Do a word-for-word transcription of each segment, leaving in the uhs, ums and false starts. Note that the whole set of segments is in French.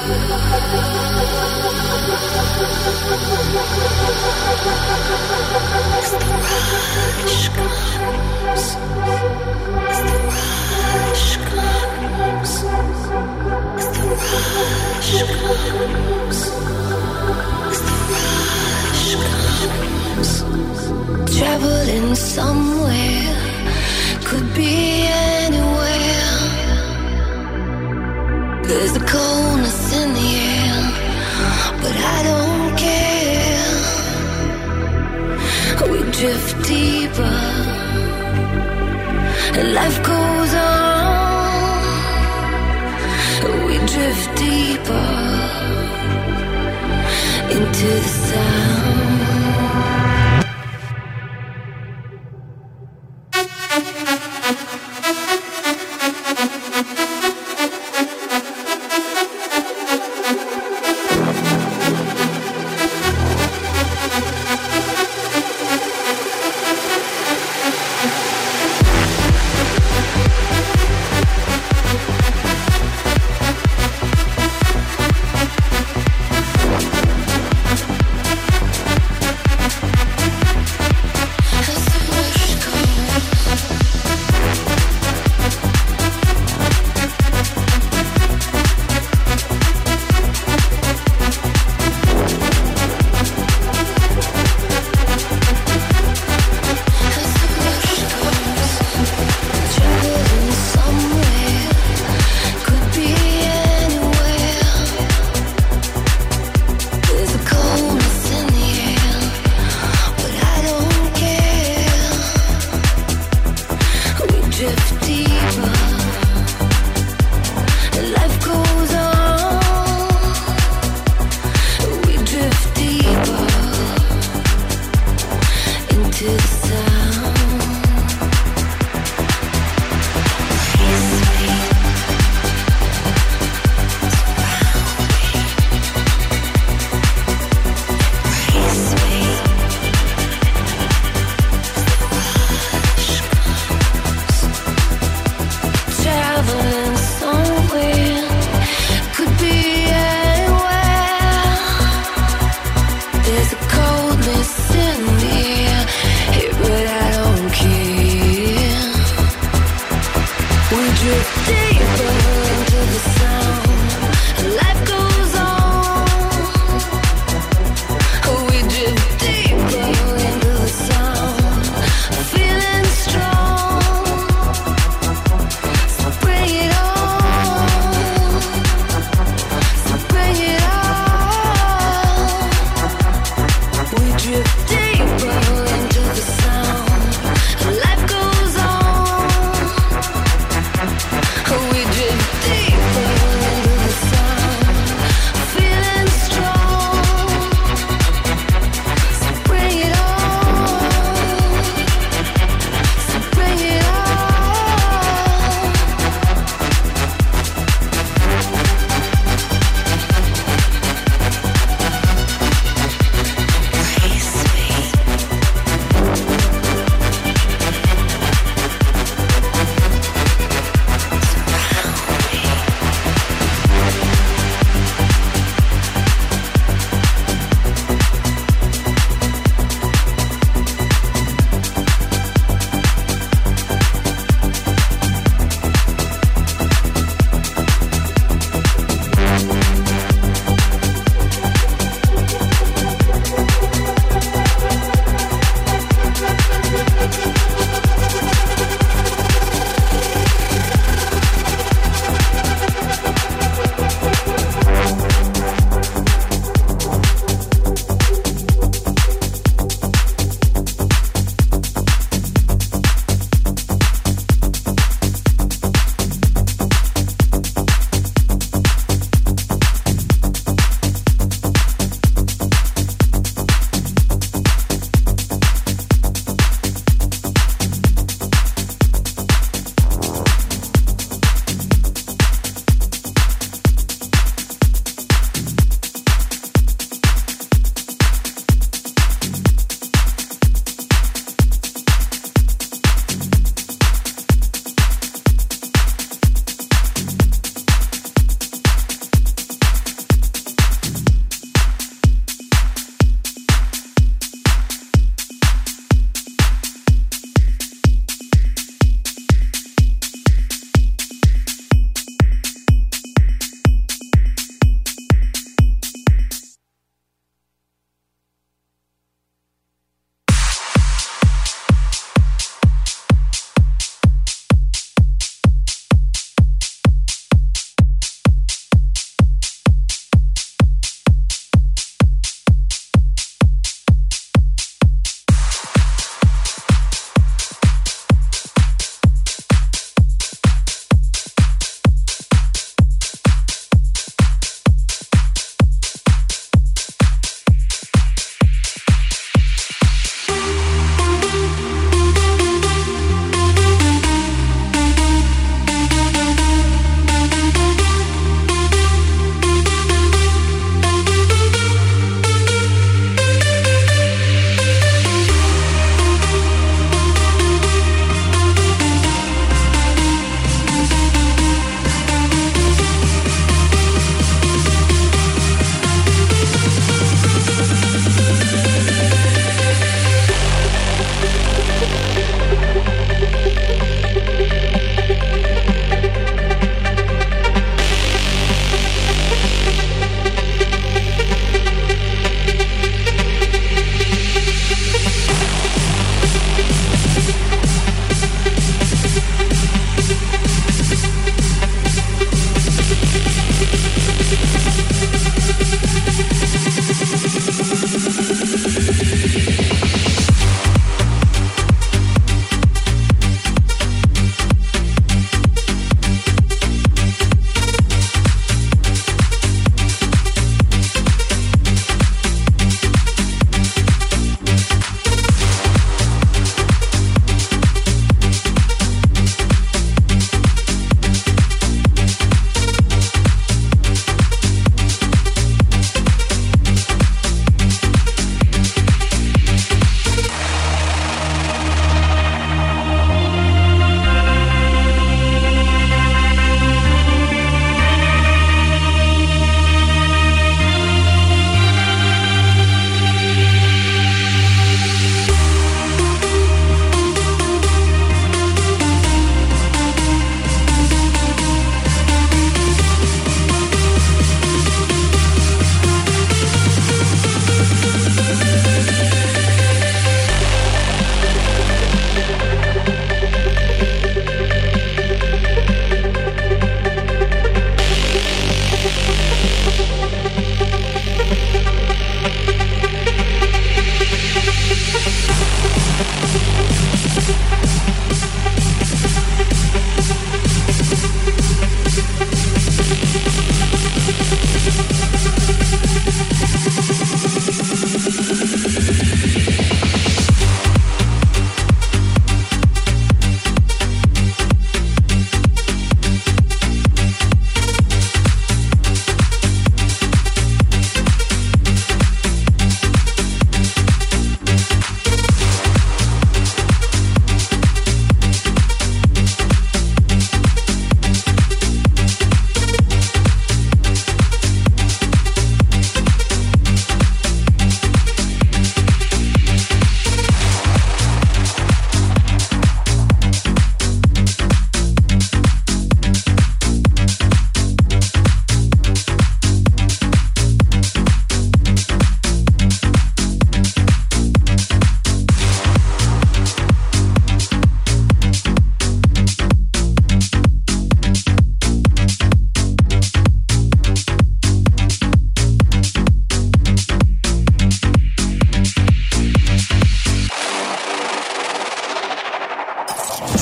Traveling somewhere, could be anywhere. There's a coldness in the air, but I don't care. We drift deeper, and life goes on. We drift deeper into the sound.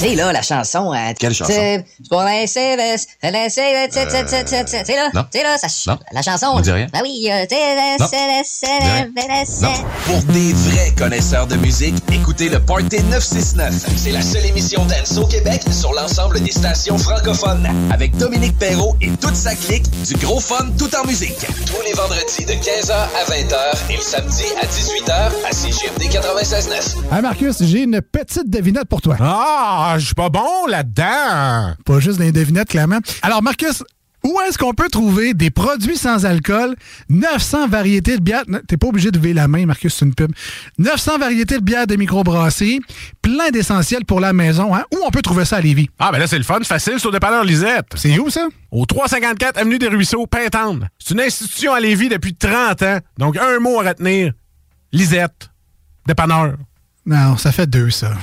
sais, là, la chanson... Hein, Quelle chanson? C'est pour la C V S, la C V S, c'est là, c'est là, ça... Non. La chanson... On dit rien. Ah oui, euh, Non. Pour des vrais connaisseurs de musique, écoutez le Party neuf cent soixante-neuf. C'est la seule émission dance au Québec sur l'ensemble des stations francophones. Avec Dominique Perrault et toute sa clique, du gros fun tout en musique. Tous les vendredis de quinze heures à vingt heures et le samedi à dix-huit heures à C G M D quatre-vingt-seize neuf. Hey Marcus, j'ai une petite devinette pour toi. Ah, je suis pas bon là-dedans. Pas juste des devinettes, clairement. Alors Marcus, où est-ce qu'on peut trouver des produits sans alcool, neuf cents variétés de bières... T'es pas obligé de lever la main, Marcus, c'est une pub. neuf cents variétés de bières de microbrasserie, plein d'essentiels pour la maison. Hein? Où on peut trouver ça à Lévis? Ah, ben là, c'est le fun, facile, c'est au dépanneur Lisette. C'est où, ça? Au trois cent cinquante-quatre Avenue des Ruisseaux, Pintendre. C'est une institution à Lévis depuis trente ans. Donc, un mot à retenir. Lisette. Dépanneur. Non, ça fait deux, ça.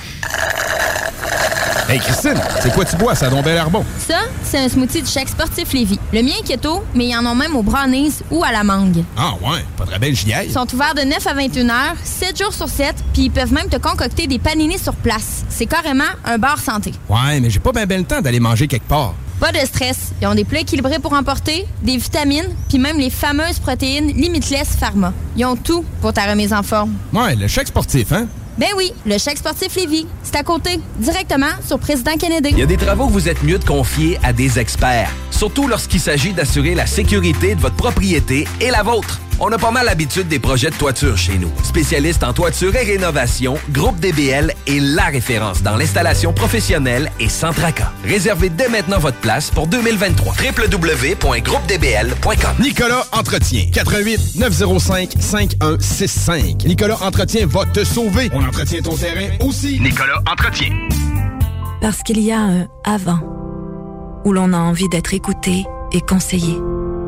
Hey Christine, c'est quoi tu bois? Ça a donc bien l'air bon. Ça, c'est un smoothie du Chèque Sportif Lévis. Le mien est keto, mais ils en ont même au brownies ou à la mangue. Ah ouais, pas très belle j'y aille. Ils sont ouverts de neuf à vingt et une heures, sept jours sur sept, puis ils peuvent même te concocter des paninis sur place. C'est carrément un bar santé. Ouais, mais j'ai pas bien ben le temps d'aller manger quelque part. Pas de stress. Ils ont des plats équilibrés pour emporter, des vitamines, puis même les fameuses protéines Limitless Pharma. Ils ont tout pour ta remise en forme. Ouais, le Chèque Sportif, hein? Ben oui, le Chèque Sportif Lévis. C'est à côté, directement sur Président Kennedy. Il y a des travaux que vous êtes mieux de confier à des experts, surtout lorsqu'il s'agit d'assurer la sécurité de votre propriété et la vôtre. On a pas mal l'habitude des projets de toiture chez nous. Spécialiste en toiture et rénovation, Groupe D B L est la référence dans l'installation professionnelle et sans tracas. Réservez dès maintenant votre place pour deux mille vingt-trois. w w w point groupe d b l point com. Nicolas Entretien. quatre un huit neuf zéro cinq cinq un six cinq. Nicolas Entretien va te sauver. On entretient ton terrain aussi. Nicolas Entretien. Parce qu'il y a un avant où l'on a envie d'être écouté et conseillé.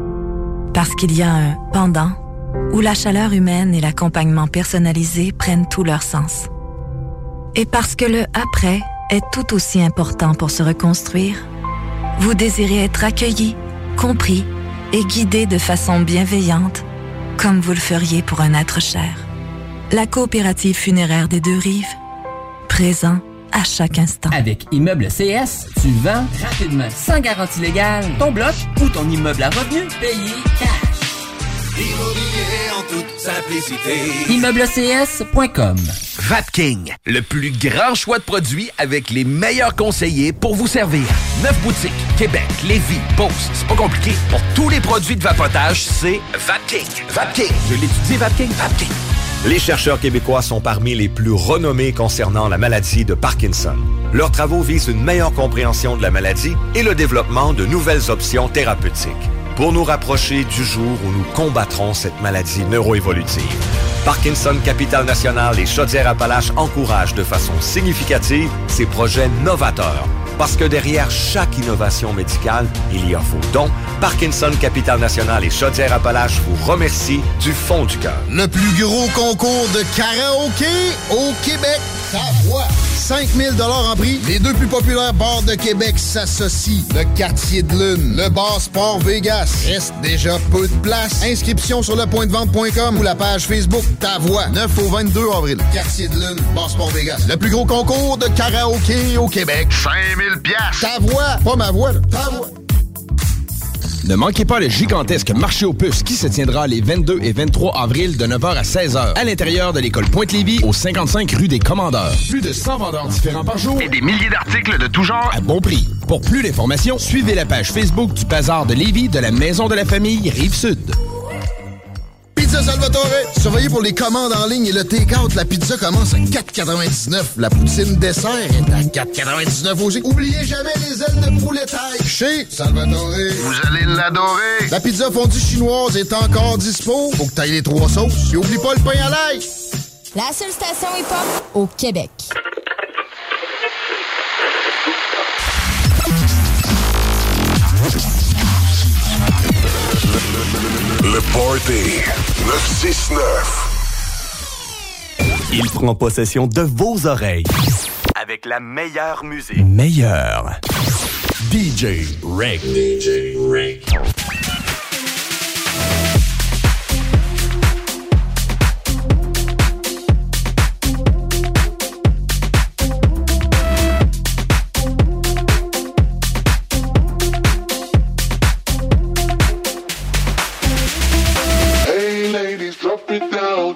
Parce qu'il y a un pendant où la chaleur humaine et l'accompagnement personnalisé prennent tout leur sens. Et parce que le après est tout aussi important pour se reconstruire, vous désirez être accueilli, compris et guidé de façon bienveillante, comme vous le feriez pour un être cher. La coopérative funéraire des Deux-Rives, présent à chaque instant. Avec Immeuble C S, tu vends rapidement, sans garantie légale, ton bloc ou ton immeuble à revenu payé cash. Immobilier en toute simplicité. Immeuble C S point com. Vapking, le plus grand choix de produits avec les meilleurs conseillers pour vous servir. Neuf boutiques, Québec, Lévis, Beauce. C'est pas compliqué. Pour tous les produits de vapotage, c'est Vapking. Vapking. Je l'étudie, Vapking. Vapking. Les chercheurs québécois sont parmi les plus renommés concernant la maladie de Parkinson. Leurs travaux visent une meilleure compréhension de la maladie et le développement de nouvelles options thérapeutiques pour nous rapprocher du jour où nous combattrons cette maladie neuroévolutive. Parkinson Capital National et Chaudière-Appalaches encouragent de façon significative ces projets novateurs. Parce que derrière chaque innovation médicale, il y a vos dons. Parkinson Capital National et Chaudière-Appalaches vous remercient du fond du cœur. Le plus gros concours de karaoké au Québec. Ta voix. cinq mille dollars en prix. Les deux plus populaires bars de Québec s'associent. Le Quartier de Lune, le bar Sport Vegas. Reste déjà peu de place. Inscription sur le point de vente point com ou la page Facebook Ta Voix. neuf au vingt-deux avril. Quartier de Lune, bar Sport Vegas. Le plus gros concours de karaoké au Québec. cinq mille piastres. Ta voix. Pas ma voix, là. Ta voix. Ne manquez pas le gigantesque marché aux puces qui se tiendra les vingt-deux et vingt-trois avril de neuf heures à seize heures à l'intérieur de l'école Pointe-Lévis au cinquante-cinq rue des Commandeurs. Plus de cent vendeurs différents par jour et des milliers d'articles de tout genre à bon prix. Pour plus d'informations, suivez la page Facebook du Bazar de Lévis de la Maison de la Famille Rive-Sud. Pizza Salvatore. Surveillez pour les commandes en ligne et le take-out. La pizza commence à quatre quatre-vingt-dix-neuf. La poutine dessert est à quatre quatre-vingt-dix-neuf aussi. Oubliez jamais les ailes de poulet taille. Chez Salvatore, vous allez l'adorer. La pizza fondue chinoise est encore dispo. Faut que t'ailles les trois sauces. Et oublie pas le pain à l'ail. La seule station hip-hop au Québec. Le Party neuf cent soixante-neuf. Il prend possession de vos oreilles. Avec la meilleure musique. Meilleur. D J Reg. D J Reg.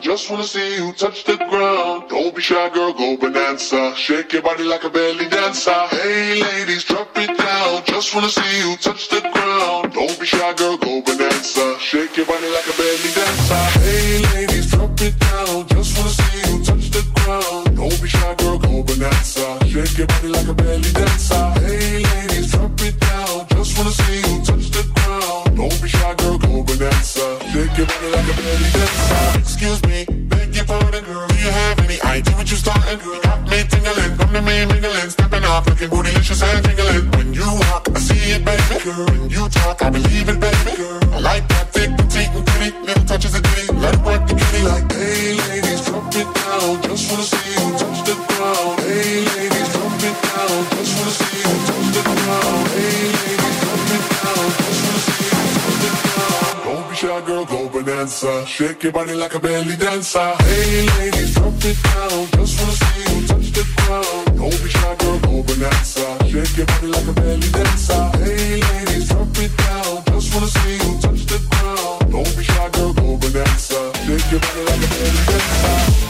just wanna see you touch the ground. Don't be shy, girl, go bonanza. Shake your body like a belly dancer. Hey, ladies, drop it down. Just wanna see you touch the ground. Don't be shy, girl, go bonanza. Shake your body like a belly dancer. Hey, ladies, drop it down. Just wanna see you touch the ground. Don't be shy, girl, go bonanza. Shake your body like a belly dancer. Hey, ladies, drop it down. Just wanna see you touch the ground. Don't be shy, girl, go bonanza. Shake your body like a belly dancer. Excuse me, beg your pardon, girl. Do you have any idea what you starting, girl? You got me tingling, come to me mingling, stepping off, looking bootylicious and tingling. When you walk, I see it, baby, girl. When you talk, I believe it, baby, girl. I like that thick, petite, and pretty, little touches of ditty. Let it work the kitty like, hey, ladies, drop it down. Just wanna see you touch the ground. Hey, ladies, drop it down. Just wanna see you touch the ground. Hey, ladies, drop it down. Just wanna see you touch the ground. Don't be shy, girl, go bonanza. Shake your body like a belly dancer. Hey, ladies, drop it down. Just wanna see you touch the ground. Don't be shy, girl, go bonanza. Shake your body like a belly dancer. Hey, ladies, drop it down. Just wanna see you touch the ground. Don't be shy, girl, go bonanza. Shake your body like a belly dancer.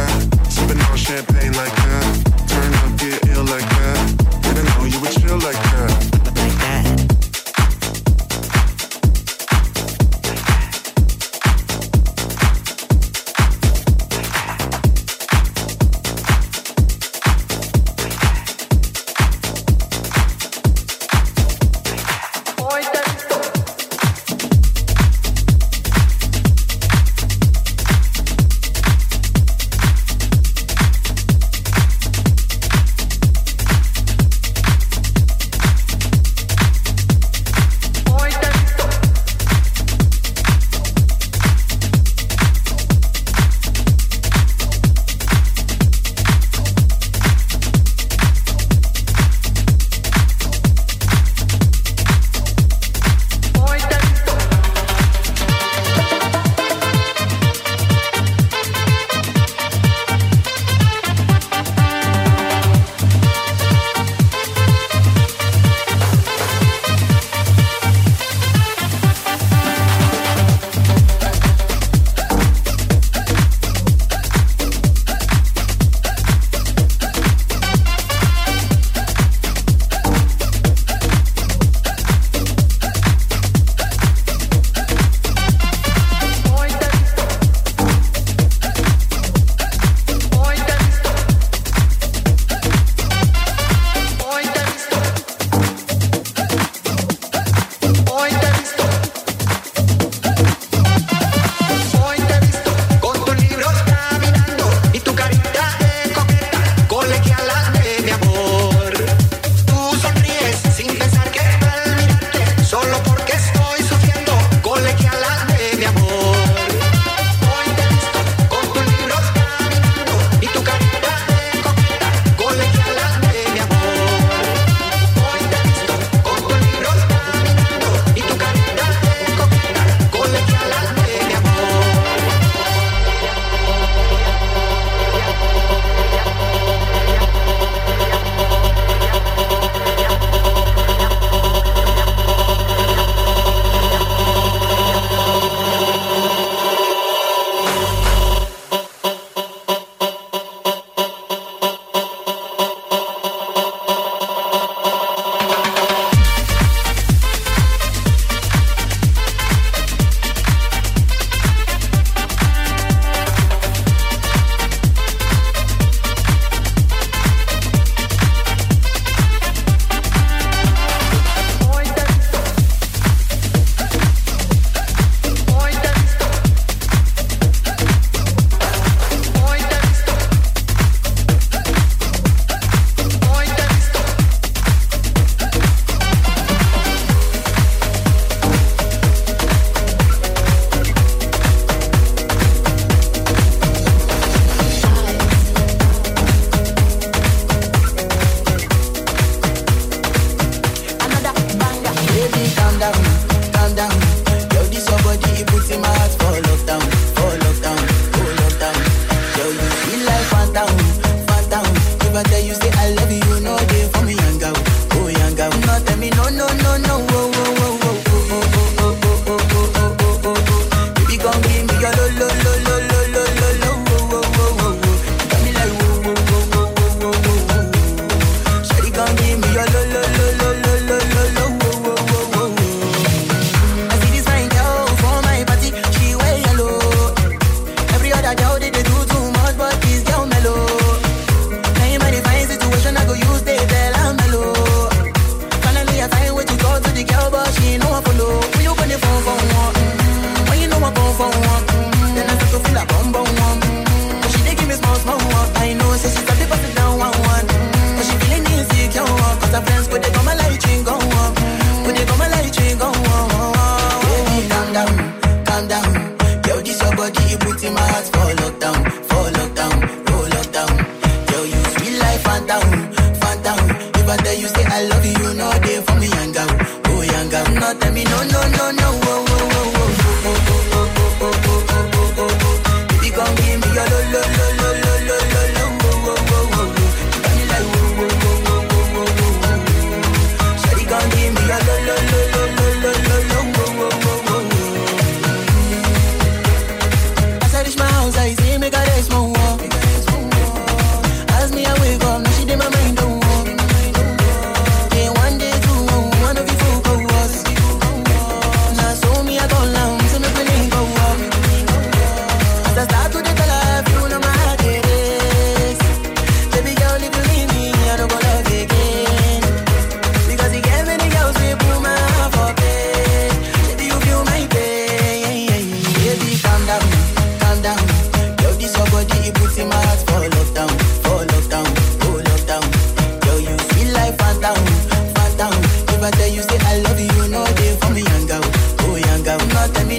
Champagne like that, turn up, get ill like that. Didn't know you would chill like that.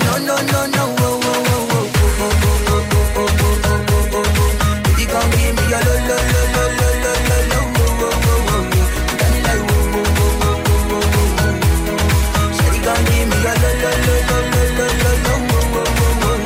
no, no, no, no. Oh, oh, oh, oh, oh, oh, oh, oh, oh, oh, oh, oh, oh. Baby, come give me your lo, lo, lo, lo, lo, lo, lo, lo. Oh, oh, oh, oh, oh. You got me like oh, oh, oh, oh, oh, oh, oh. Shawty, come give me your lo, lo, lo, lo, lo, lo, lo, lo. Oh, oh, oh, oh, oh.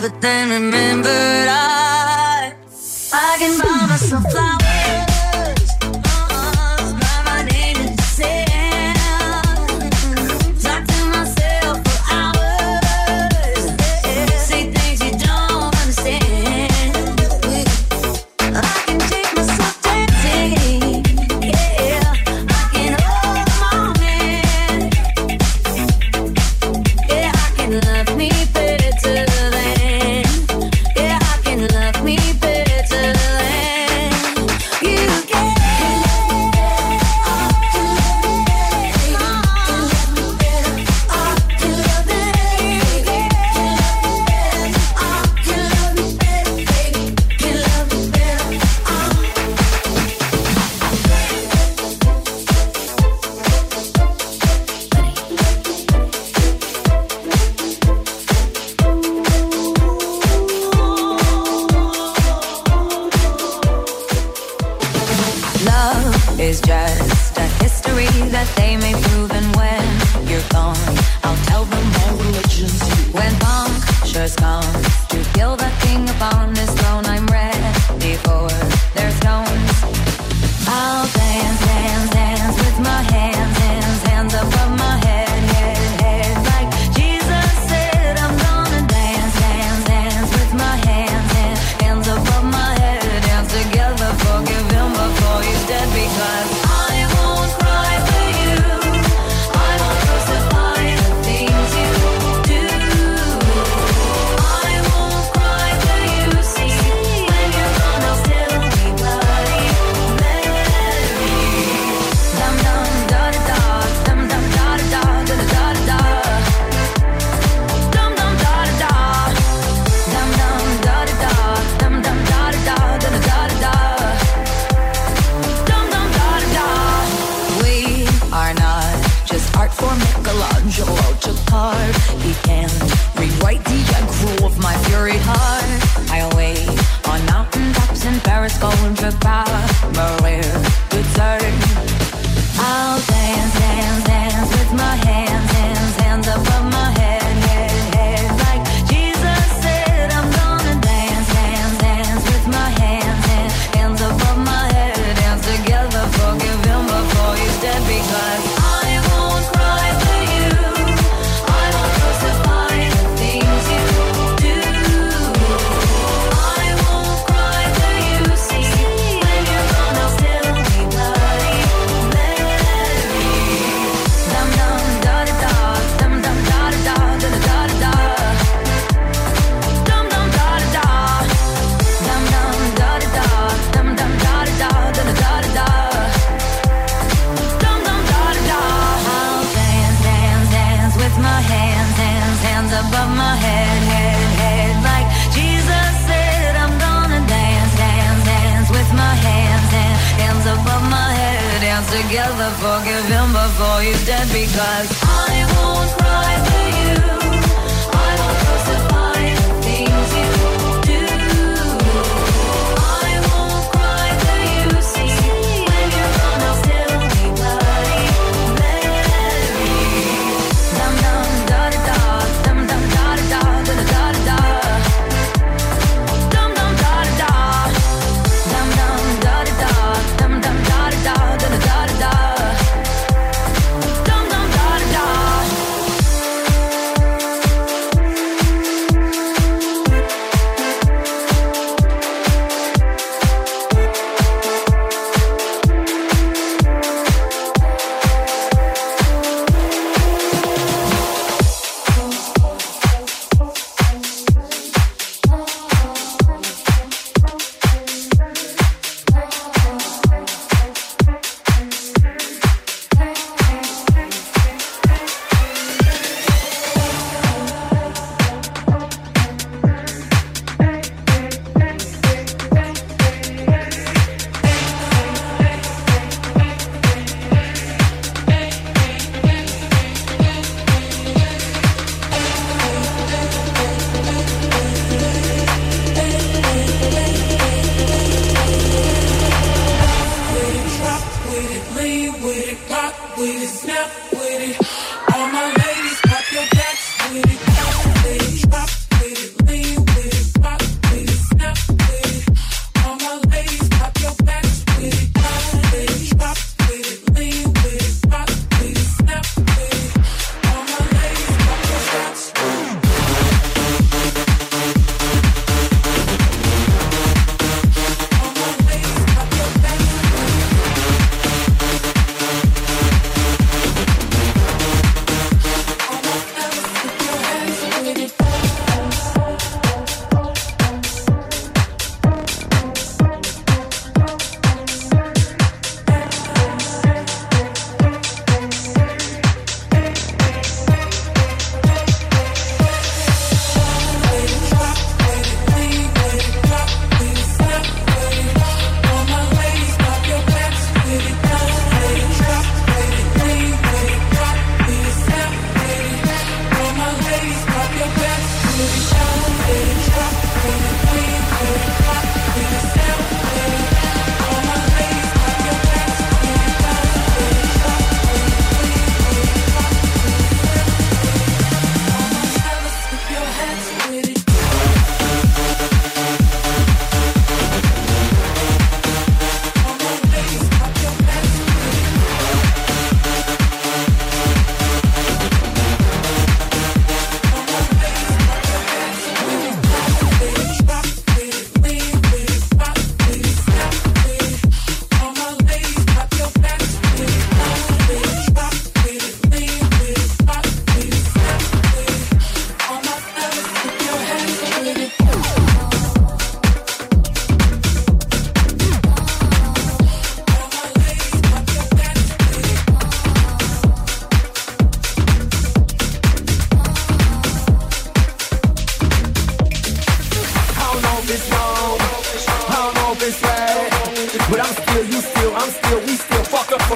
but then remembered I I can buy myself flowers. Together, forgive him before he's dead, because I won't cry for you. I won't crucify the things you do. I won't cry for you. See, when you're gone, I'll still be bloody Mary. Dum dum da da da, dum dum da da da da da da da. Dum dum da da da, dum dum da da da, dum dum da da da da da da. Dum dum da da da.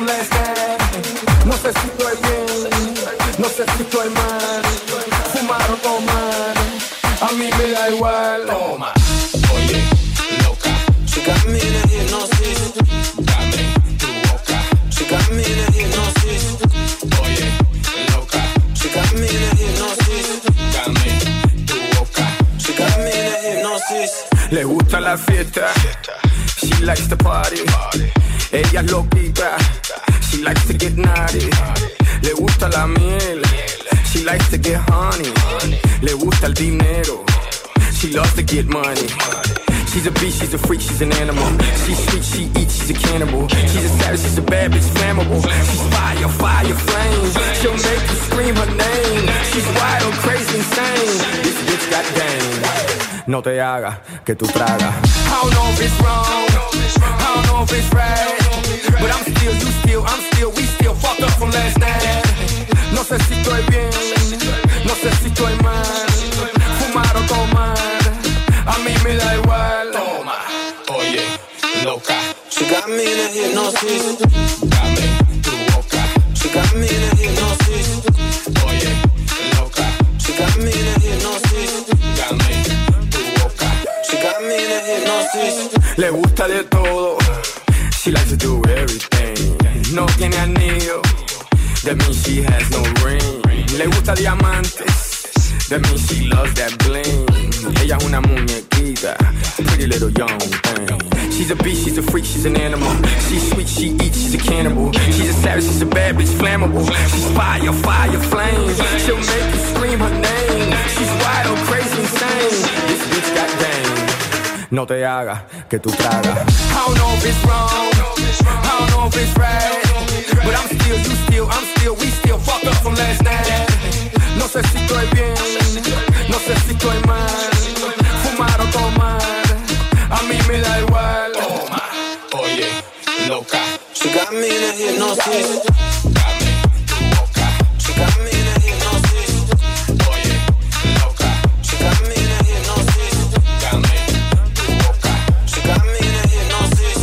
last night. No sé si estoy bien, no sé si estoy mal. Fumar o tomar, a mí me da igual. Toma, oye, loca. She got me in a hypnosis. Dame tu boca. She got me in a hypnosis. Oye, loca. She got me in a hypnosis. Dame tu boca. She got me in a hypnosis. Le gusta la fiesta. She likes to party. Ella es loquita. She likes to get naughty. Le gusta la miel. She likes to get honey. Le gusta el dinero. She loves to get money. She's a beast, she's a freak, she's an animal. She's sweet, she eats, she's a cannibal. She's a savage, she's a bad bitch, flammable. She's fire, fire, flame. She'll make you scream her name. She's wild, crazy, insane. This bitch got game. No te hagas que tú tragas. I don't know if it's wrong, I don't know if it's right, but I'm still, you still, I'm still, we still fucked up from last night. No sé si estoy bien, no sé si estoy mal. Fumar o tomar, a mí me da igual. Toma, oye, loca. She got me in a hypnosis. Dame tu boca. She got me in a hypnosis. Oye, loca. She got me in a hypnosis. Dame tu boca. She got me in a hypnosis. Le gusta de todo. She likes to do everything. No tiene anillo. That means she has no ring. Le gusta diamantes. That means she loves that bling. Ella es una muñequita, pretty little young thing. She's a beast, she's a freak, she's an animal. She's sweet, she eats, she's a cannibal. She's a savage, she's a bad bitch, flammable. She's fire, fire, flame. She'll make you scream her name. She's wild, crazy, insane. This bitch got game. No te hagas que tú tragas. I don't know if it's wrong, I don't know if it's right, but I'm still, you still, I'm still, we still fucked up from last night. No sé si estoy bien, no sé si estoy mal. Fumar o tomar, a mí me da igual. Toma, oye, loca. She got me in a hypnosis. Dame tu boca. She got me in a hypnosis. Oye, loca. She got me in a hypnosis. Dame tu boca. She got me in a hypnosis.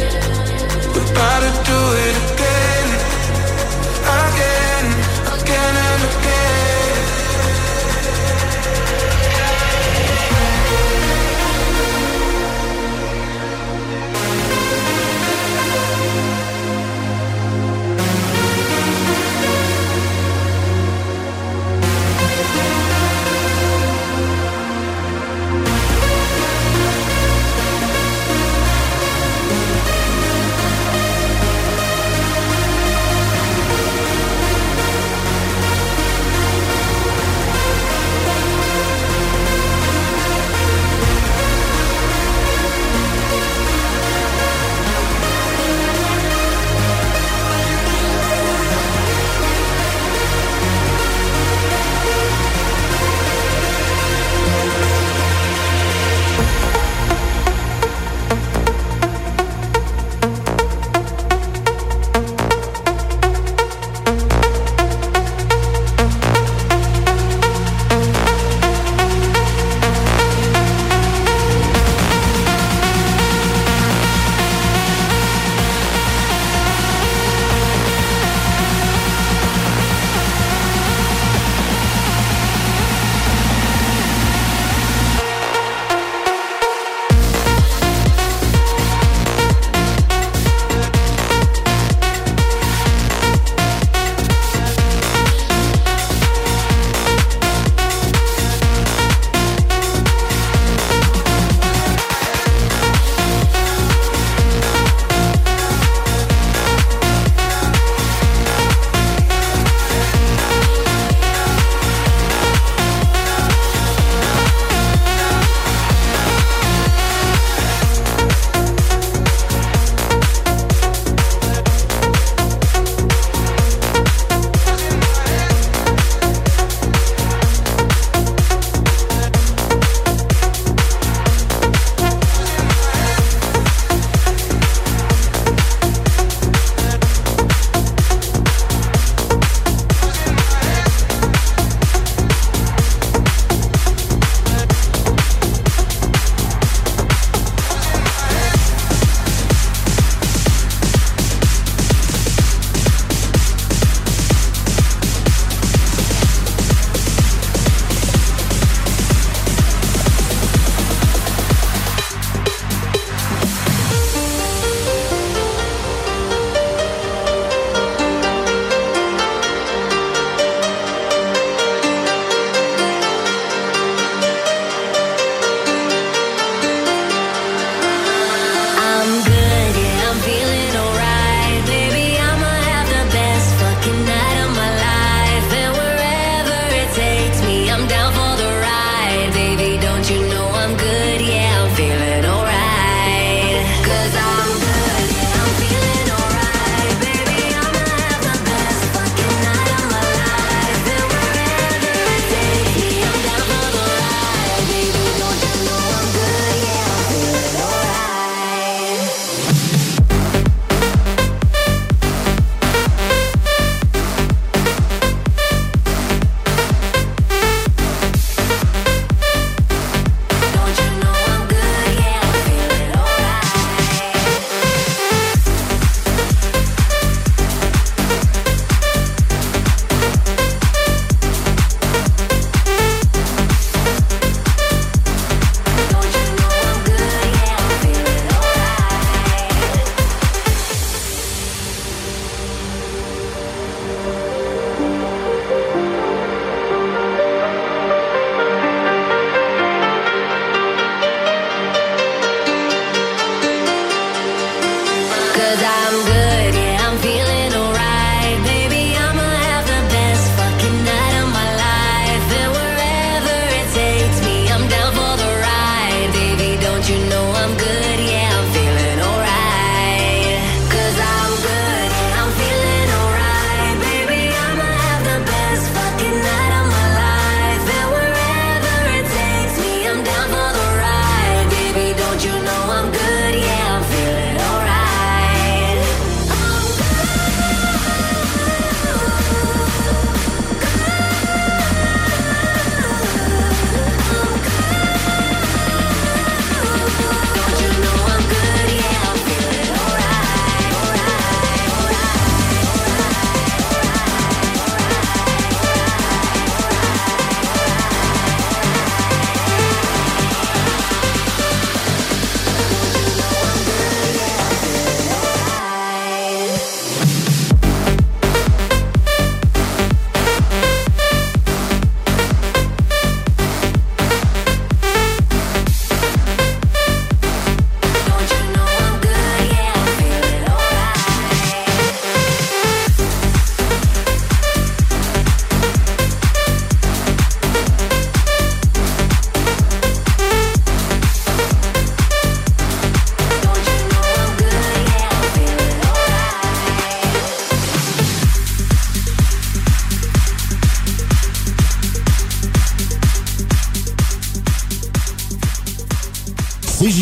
About to do it again, again, again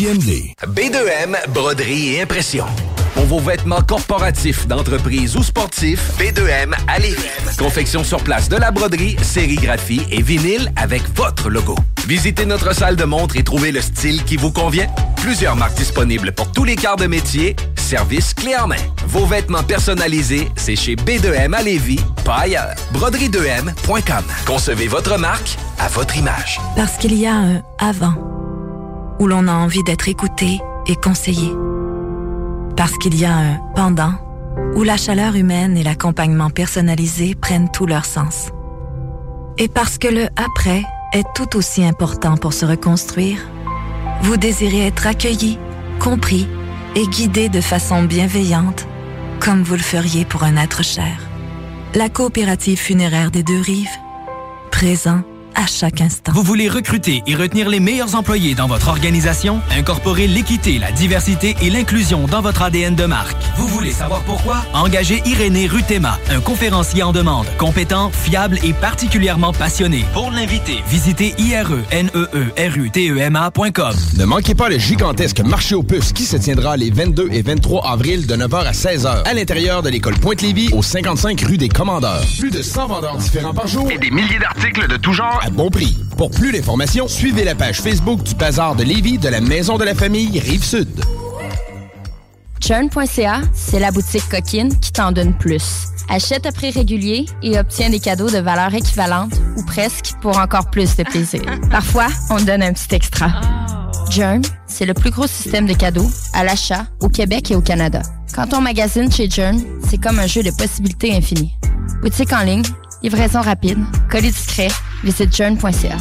M D. B deux M, broderie et impression. Pour vos vêtements corporatifs, d'entreprise ou sportifs, B deux M à Lévis. Confection sur place de la broderie, sérigraphie et vinyle avec votre logo. Visitez notre salle de montre et trouvez le style qui vous convient. Plusieurs marques disponibles pour tous les quarts de métier. Service clé en main. Vos vêtements personnalisés, c'est chez B deux M à Lévis, pas ailleurs. broderie deux M point com. Concevez votre marque à votre image. Parce qu'il y a un avant où l'on a envie d'être écouté et conseillé. Parce qu'il y a un pendant où la chaleur humaine et l'accompagnement personnalisé prennent tout leur sens. Et parce que le après est tout aussi important pour se reconstruire, vous désirez être accueilli, compris et guidé de façon bienveillante, comme vous le feriez pour un être cher. La coopérative funéraire des Deux-Rives, présent à chaque instant. Vous voulez recruter et retenir les meilleurs employés dans votre organisation? Incorporer l'équité, la diversité et l'inclusion dans votre A D N de marque. Vous voulez savoir pourquoi? Engagez Irénée Rutema, un conférencier en demande, compétent, fiable et particulièrement passionné. Pour l'inviter, visitez I R E N E E R U T E M A point com. Ne manquez pas le gigantesque marché aux puces qui se tiendra les vingt-deux et vingt-trois avril de neuf heures à seize heures à l'intérieur de l'école Pointe-Lévis au cinquante-cinq rue des Commandeurs. Plus de cent vendeurs différents par jour et des milliers d'articles de tout genre à bon prix. Pour plus d'informations, suivez la page Facebook du Bazar de Lévis de la Maison de la Famille Rive-Sud. Churn point C A, c'est la boutique coquine qui t'en donne plus. Achète à prix régulier et obtiens des cadeaux de valeur équivalente ou presque pour encore plus de plaisir. Parfois, on te donne un petit extra. Jern, c'est le plus gros système de cadeaux à l'achat au Québec et au Canada. Quand on magasine chez Jern, c'est comme un jeu de possibilités infinies. Boutique en ligne, livraison rapide, colis discret, visite jern point C A.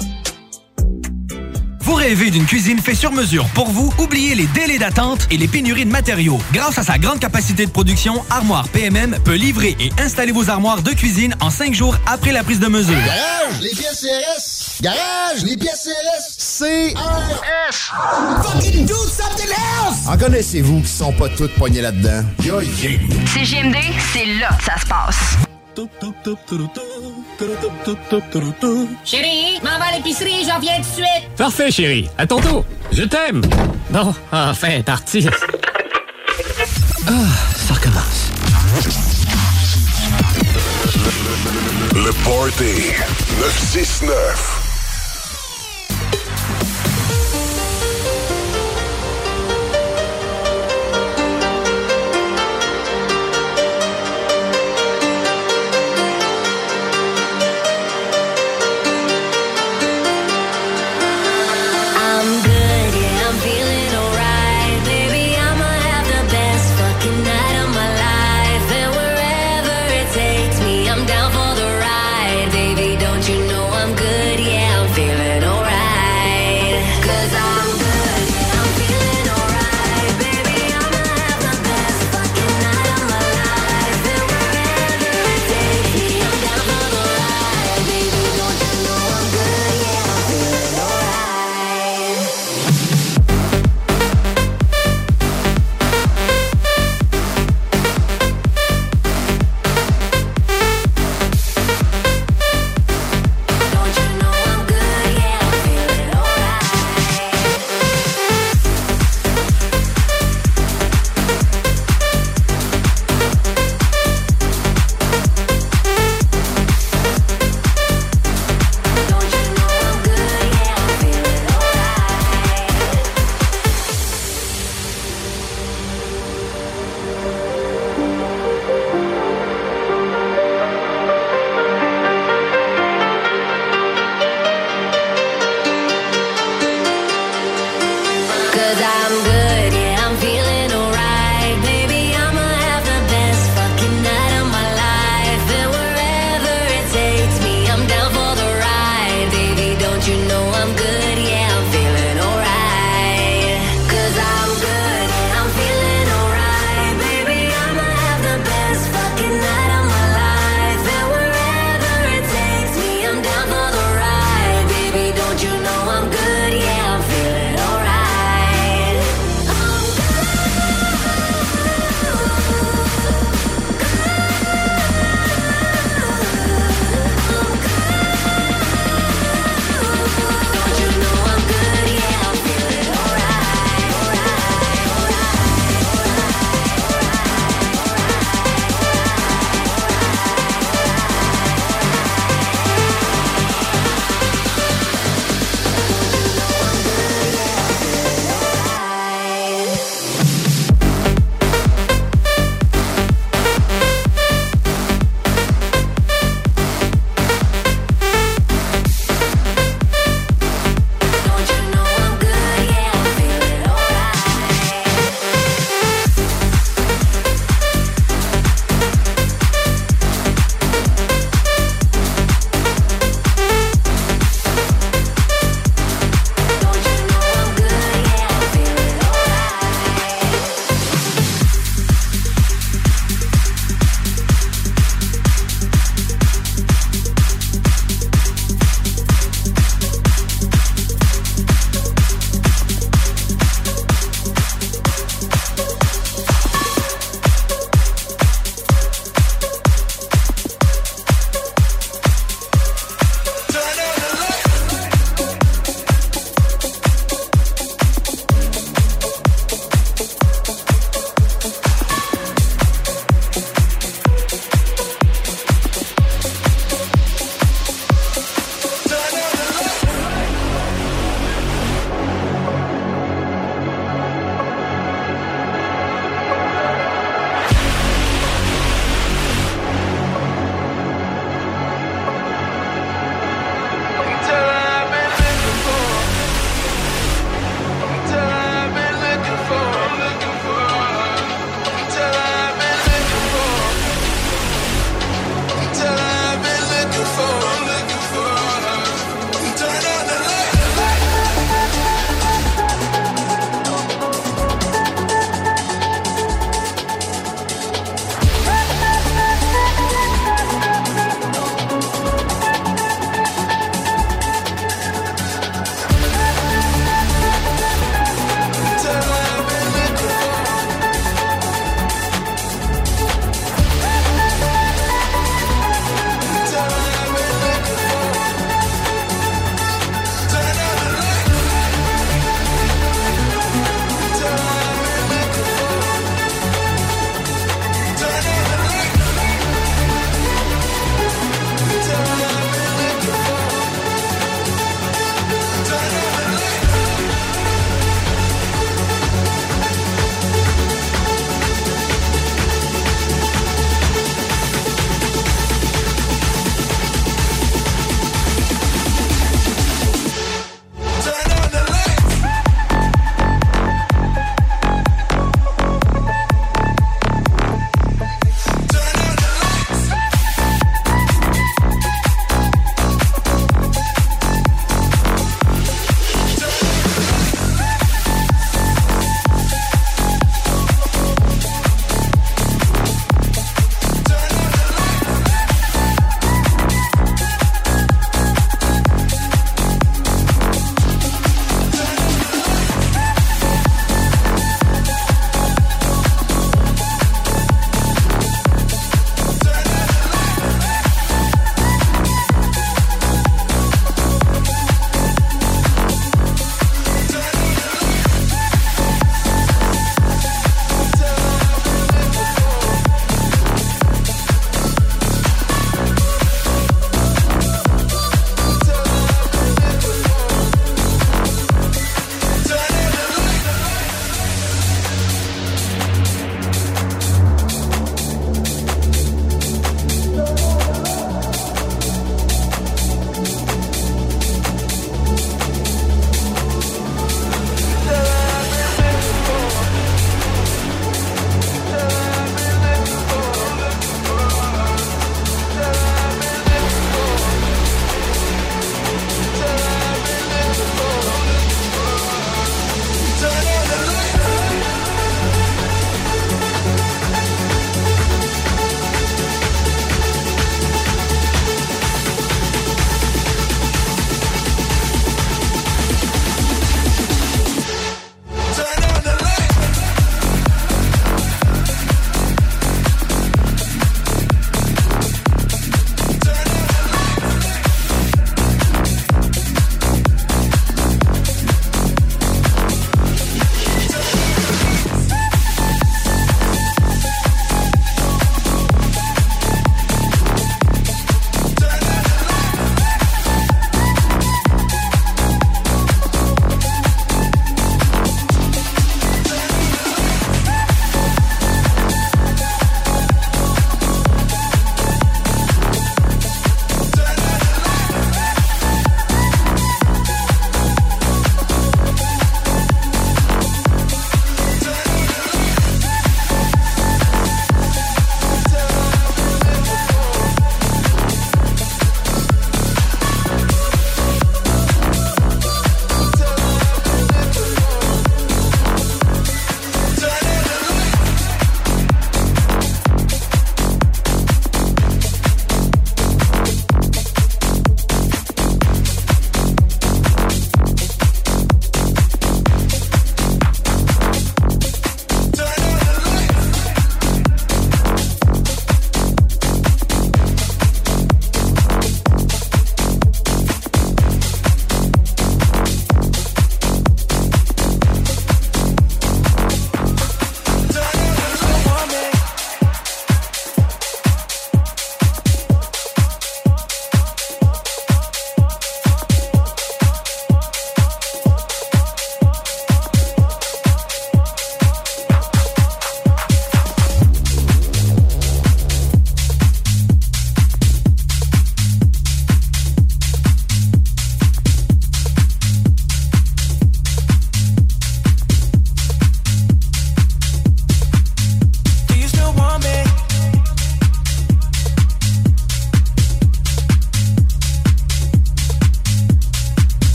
Vous rêvez d'une cuisine faite sur mesure pour vous? Oubliez les délais d'attente et les pénuries de matériaux. Grâce à sa grande capacité de production, Armoire P M M peut livrer et installer vos armoires de cuisine en cinq jours après la prise de mesure. Garage, les pièces C R S! Garage, les pièces C R S! C R S! Fucking do something else! En connaissez-vous qui sont pas toutes poignées là-dedans? Yo, yeah. C G M D, c'est là que ça se passe. Chérie, m'en va à l'épicerie, j'en viens tout de suite. Parfait, chérie. À ton tour. Je t'aime. Bon, enfin, parti. Ah, ça recommence. Le Party neuf six neuf. Down for the ride, baby, don't you know I'm good, yeah.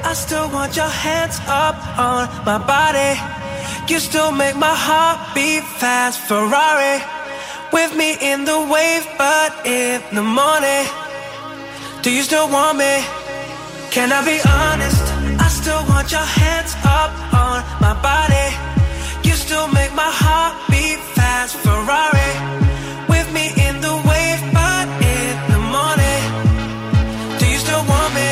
I still want your hands up on my body. You still make my heart beat fast. Ferrari with me in the wave, but in the morning. Do you still want me? Can I be honest? I still want your hands up on my body. You still make my heart beat fast. Ferrari with me in the wave, but in the morning. Do you still want me?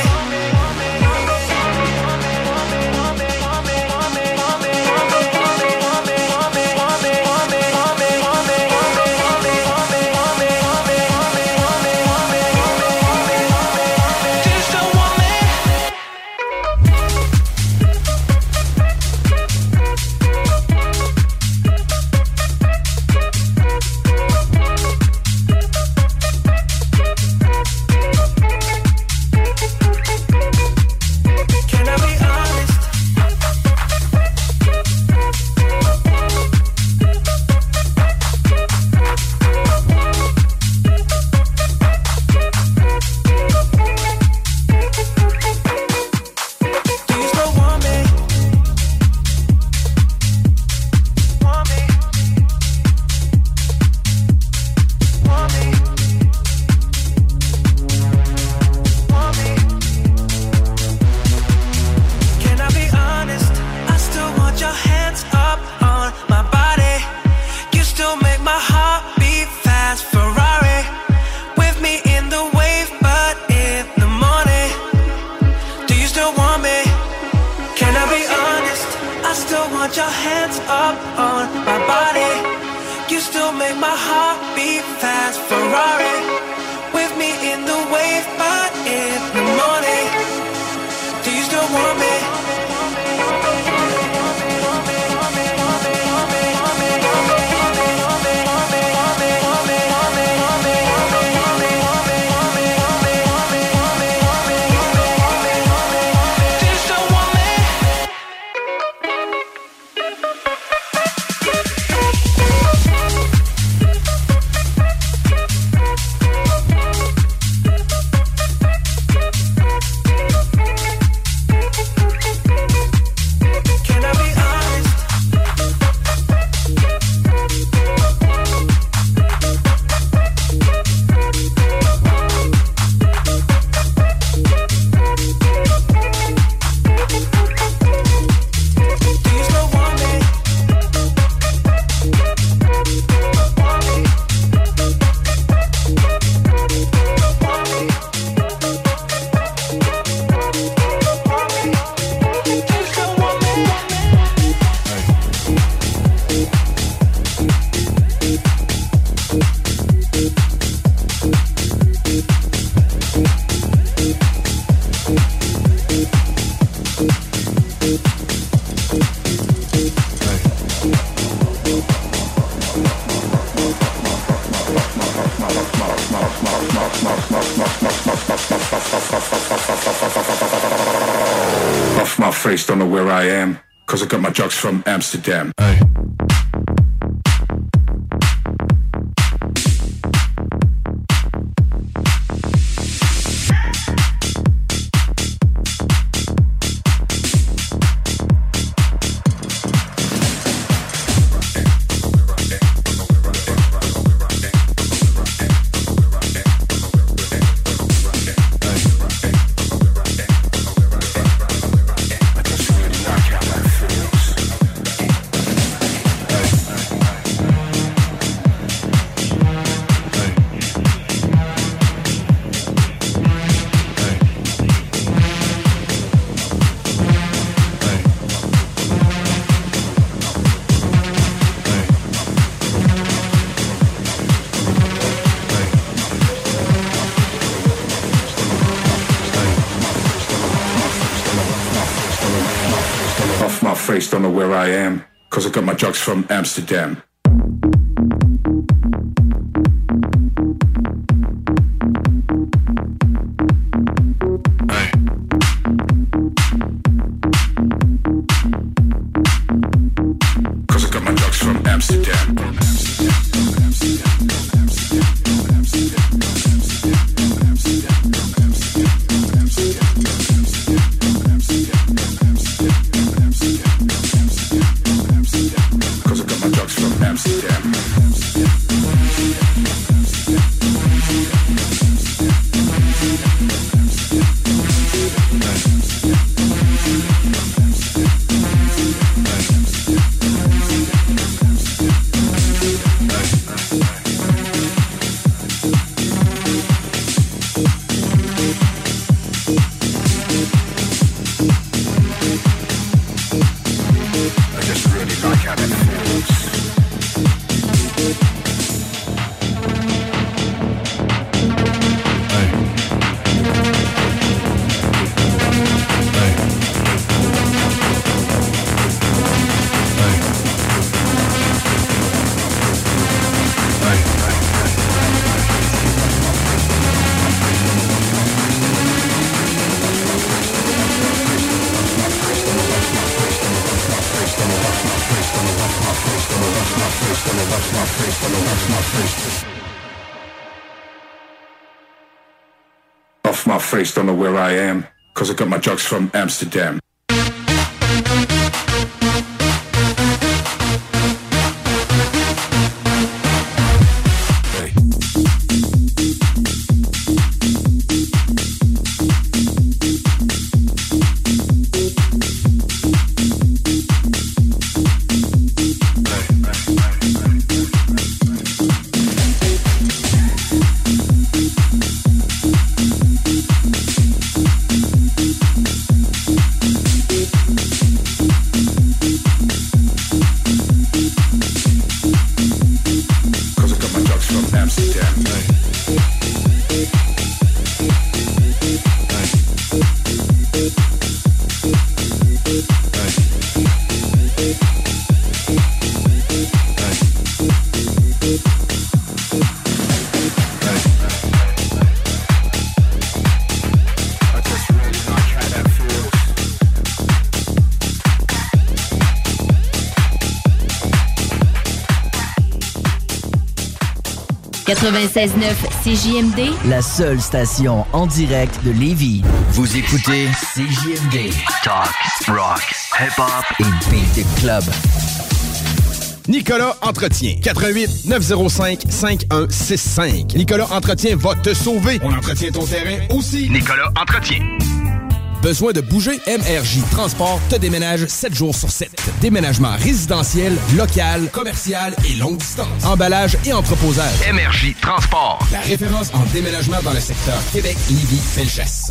Off my face, don't know where I am, cause I got my drugs from Amsterdam. Hey. Face, don't know where I am, cause I got my drugs from Amsterdam. Hey. Cause I got my drugs from Amsterdam. Amsterdam. Off my face, don't know where I am, cause I got my drugs from Amsterdam. quatre-vingt-seize neuf C J M D, la seule station en direct de Lévis. Vous écoutez C J M D. Talk, rock, hip-hop et beat club. Nicolas Entretien. quatre un huit neuf zéro cinq cinq un six cinq. Nicolas Entretien va te sauver. On entretient ton terrain aussi. Nicolas Entretien. Besoin de bouger? M R J Transport te déménage sept jours sur sept. Déménagement résidentiel, local, commercial et longue distance. Emballage et entreposage. M R J Transport. La référence en déménagement dans le secteur Québec, Lévis, Felchasse.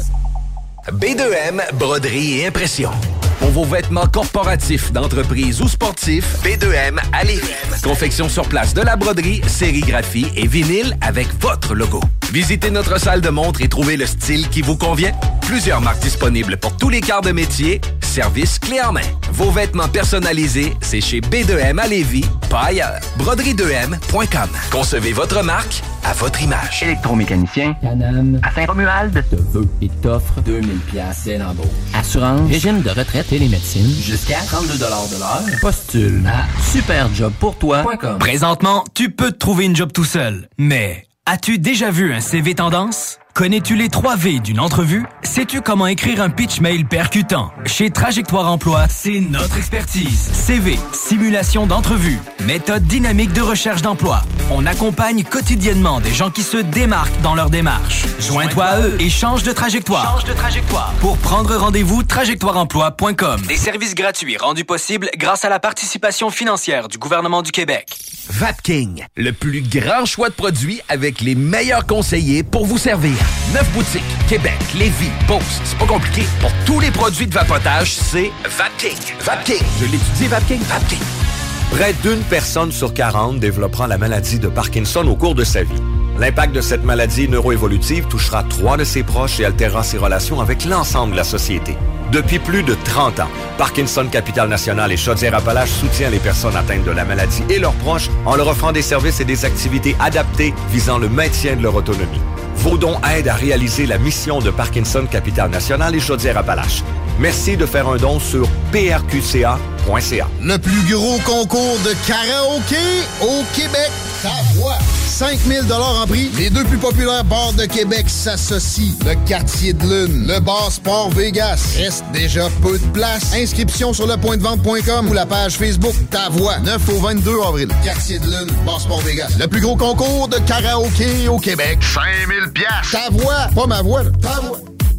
B deux M, broderie et impression. Pour vos vêtements corporatifs, d'entreprise ou sportifs, B deux M à Lévis. Confection sur place de la broderie, sérigraphie et vinyle avec votre logo. Visitez notre salle de montre et trouvez le style qui vous convient. Plusieurs marques disponibles pour tous les quarts de métier. Service clé en main. Vos vêtements personnalisés, c'est chez B deux M à Lévis, pas ailleurs. broderie deux M point com. Concevez votre marque à votre image. Électromécanicien, Canam, à Saint-Romuald, te veut et t'offre deux mille piastres dès l'embauche. Assurance, régime de retraite et les médecines, jusqu'à trente-deux dollars de l'heure. Postule à superjob pour toi point com. Présentement, tu peux te trouver une job tout seul, mais as-tu déjà vu un C V tendance? Connais-tu les trois V d'une entrevue? Sais-tu comment écrire un pitch mail percutant? Chez Trajectoire Emploi, c'est notre expertise. C V, simulation d'entrevue, méthode dynamique de recherche d'emploi. On accompagne quotidiennement des gens qui se démarquent dans leur démarche. Joins-toi à eux et change de trajectoire. Change de trajectoire. Pour prendre rendez-vous, trajectoire emploi point com. Des services gratuits rendus possibles grâce à la participation financière du gouvernement du Québec. Vapking, le plus grand choix de produits avec les meilleurs conseillers pour vous servir. Neuf boutiques, Québec, Lévis, Beauce. C'est pas compliqué. Pour tous les produits de vapotage, c'est Vapking. Vapking. Je l'étudie, Vapking. Vapking. Près d'une personne sur quarante développera la maladie de Parkinson au cours de sa vie. L'impact de cette maladie neuroévolutive touchera trois de ses proches et altérera ses relations avec l'ensemble de la société. Depuis plus de trente ans, Parkinson Capital National et Chaudière-Appalaches soutient les personnes atteintes de la maladie et leurs proches en leur offrant des services et des activités adaptées visant le maintien de leur autonomie. Vos dons aident à réaliser la mission de Parkinson Capital National et Chaudière-Appalaches. Merci de faire un don sur p r q c a point c a. Le plus gros concours de karaoké au Québec, ta voix. cinq mille dollars en prix. Les deux plus populaires bars de Québec s'associent. Le Quartier de Lune, le bar Sport Vegas. Reste déjà peu de place. Inscription sur le point de vente point com ou la page Facebook Ta Voix. neuf au vingt-deux avril. Quartier de Lune, bar Sport Vegas. Le plus gros concours de karaoké au Québec. cinq mille piastres. Ta voix, pas ma voix, là. Ta voix.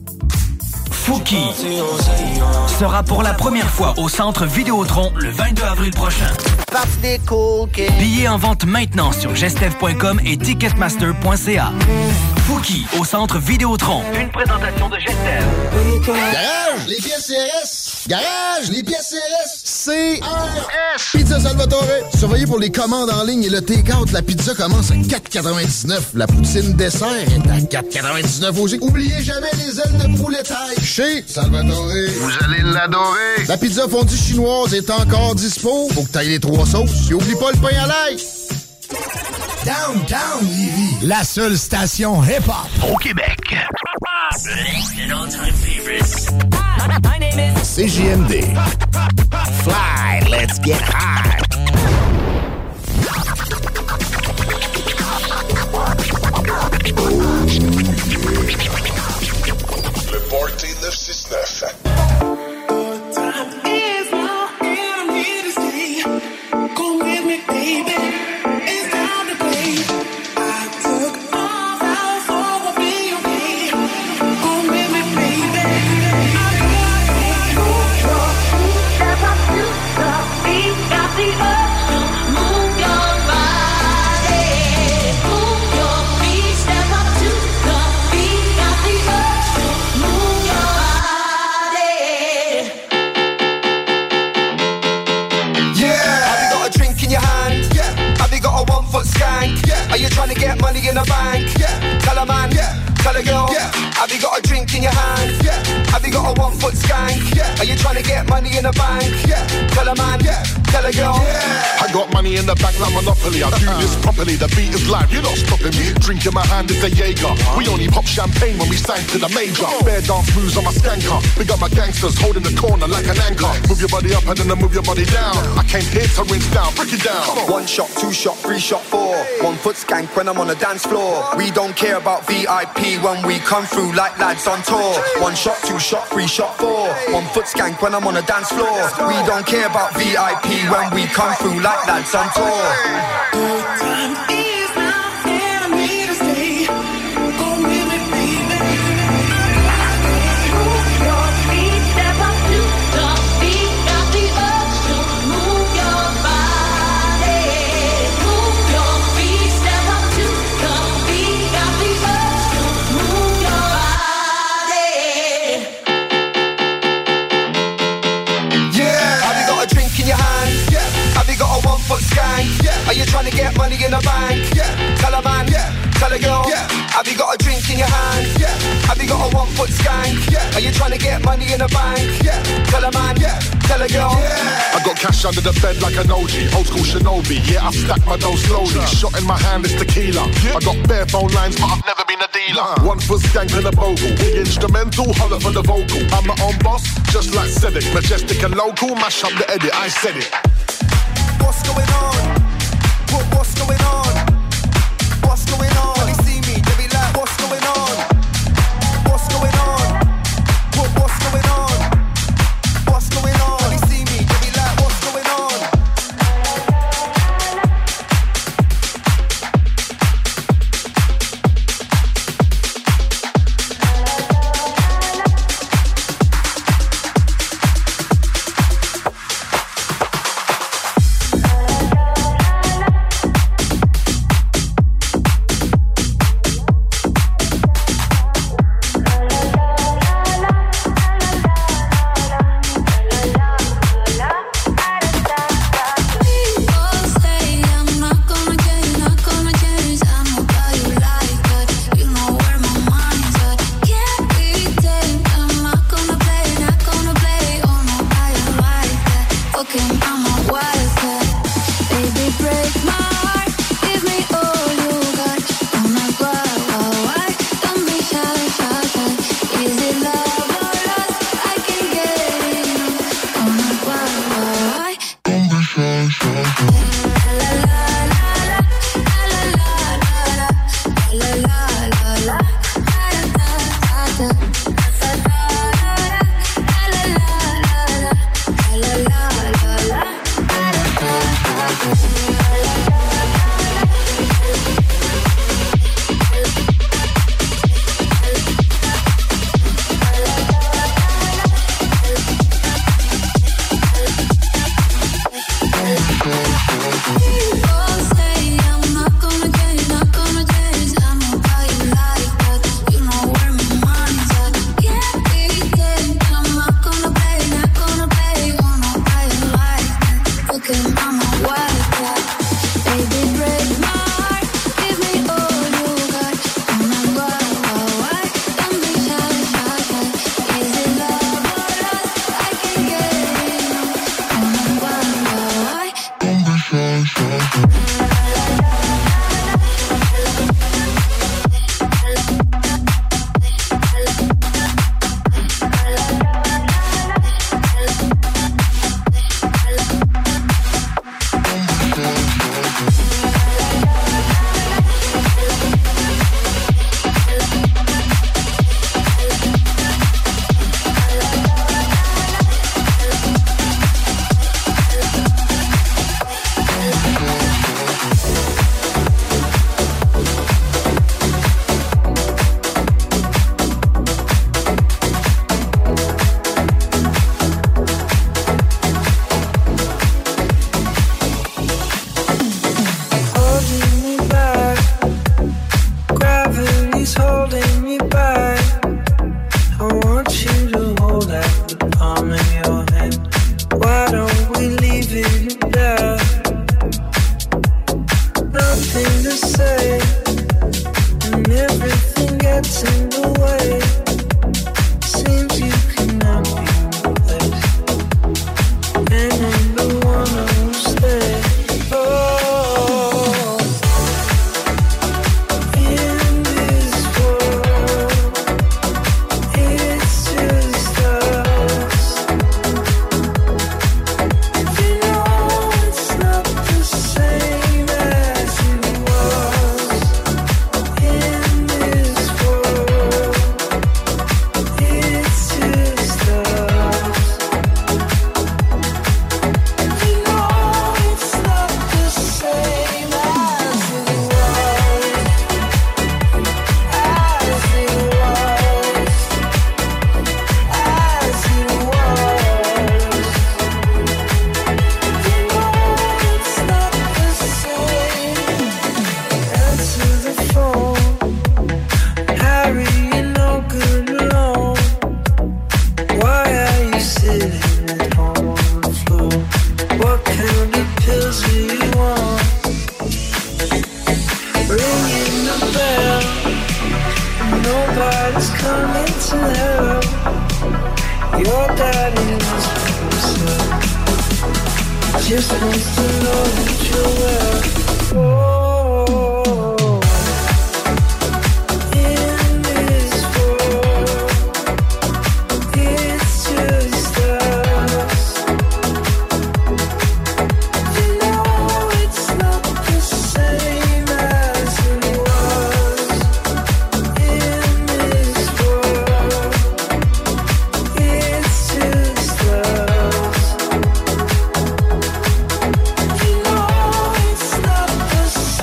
Fouki sera pour la première fois au Centre Vidéotron le vingt-deux avril prochain. Billets en vente maintenant sur gestev point com et ticketmaster point c a. Fouki au Centre Vidéotron. Une présentation de Gestev. Garage, les pièces C R S. Garage, les pièces C R S. C R S. Pizza Salvatore. Surveillez pour les commandes en ligne et le take-out. La pizza commence à quatre quatre-vingt-dix-neuf. La poutine dessert est à quatre quatre-vingt-dix-neuf aussi. Oubliez jamais les ailes de poulet taille. Chez Salvatore, vous allez l'adorer. La pizza fondue chinoise est encore dispo. Faut que t'ailles les trois sauces. Et oublie pas le pain à l'ail. Downtown Lévis, la seule station hip-hop au Québec. C J M D. Fly, let's get high. Le Party neuf six neuf. Are you trying to get money in the bank? Yeah. Tell a man, yeah. Tell a girl, yeah. Have you got a drink in your hand? Yeah. Have you got a one foot skank? Yeah. Are you trying to get money in the bank? Yeah. Tell a man, yeah. Tell a girl, yeah. I got money in the bank like Monopoly. I do this properly. The beat is live. You're not stopping me. Drink in my hand is a Jaeger. We only pop champagne when we sign to the major. Bare dance moves on my skanker. We got my gangsters holding the corner like an anchor. Move your body up and then I move your body down. I came here to rinse down. Break it down. One shot, two shot, three shot, four. One foot skank when I'm on the dance floor. We don't care about V I P when we come through like lads on tour. One shot, two shot, three shot, four. One foot skank when I'm on the dance floor. We don't care about V I P when we come through like lads on tour. Good time is now and I'm here to stay. Go with me, baby. Move your feet, step up to the beat. Got the urge to move your body. Move your feet, step up to the beat. Got the urge to move your body. Yeah. Have you got a drink in your hand? Yeah. Have you got a one foot skank? Yeah. Are you trying to get money in the bank? Yeah. Tell a man, yeah. Tell a girl, yeah. Have you got a drink in your hand? Yeah. Have you got a one foot skank? Yeah. Are you trying to get money in the bank? Yeah. Tell a man, yeah. Tell a girl, yeah. I got cash under the bed like an O G, old school Shinobi. Yeah, I stack my dough slowly. Shot in my hand is tequila. I got bare phone lines, but I've never been a dealer. One foot skank and a bogle. The instrumental, holler for the vocal. I'm my own boss, just like Cedric. Majestic and local, mash up the edit. I said it. What's going on? What, what's going on? What's going on? When they see me, they be like, what's going on? What's going on? What, what's going on? What's going on? When they see me, they be like, what's going on? palm of your hand. Why don't we leave it there? Nothing to say, and everything gets in the way. Seems you cannot be replaced, and I'm the one who'll stay. Oh, in this world, it's just us. You know it's not the same as it was. In this world, it's just us. You know it's not the same as it was. As it was. As it was. You know it's not the same. Answer the phone, Harry, you're no good alone. Why are you sitting at home on the floor? What kind of pills do you want? Ringing the bell, nobody's coming to help. Your daddy must be himself, just wants to know that you're well. Oh, in this world, it's just us. You know it's not the same as it was. In this world, it's just us. You know it's not the same.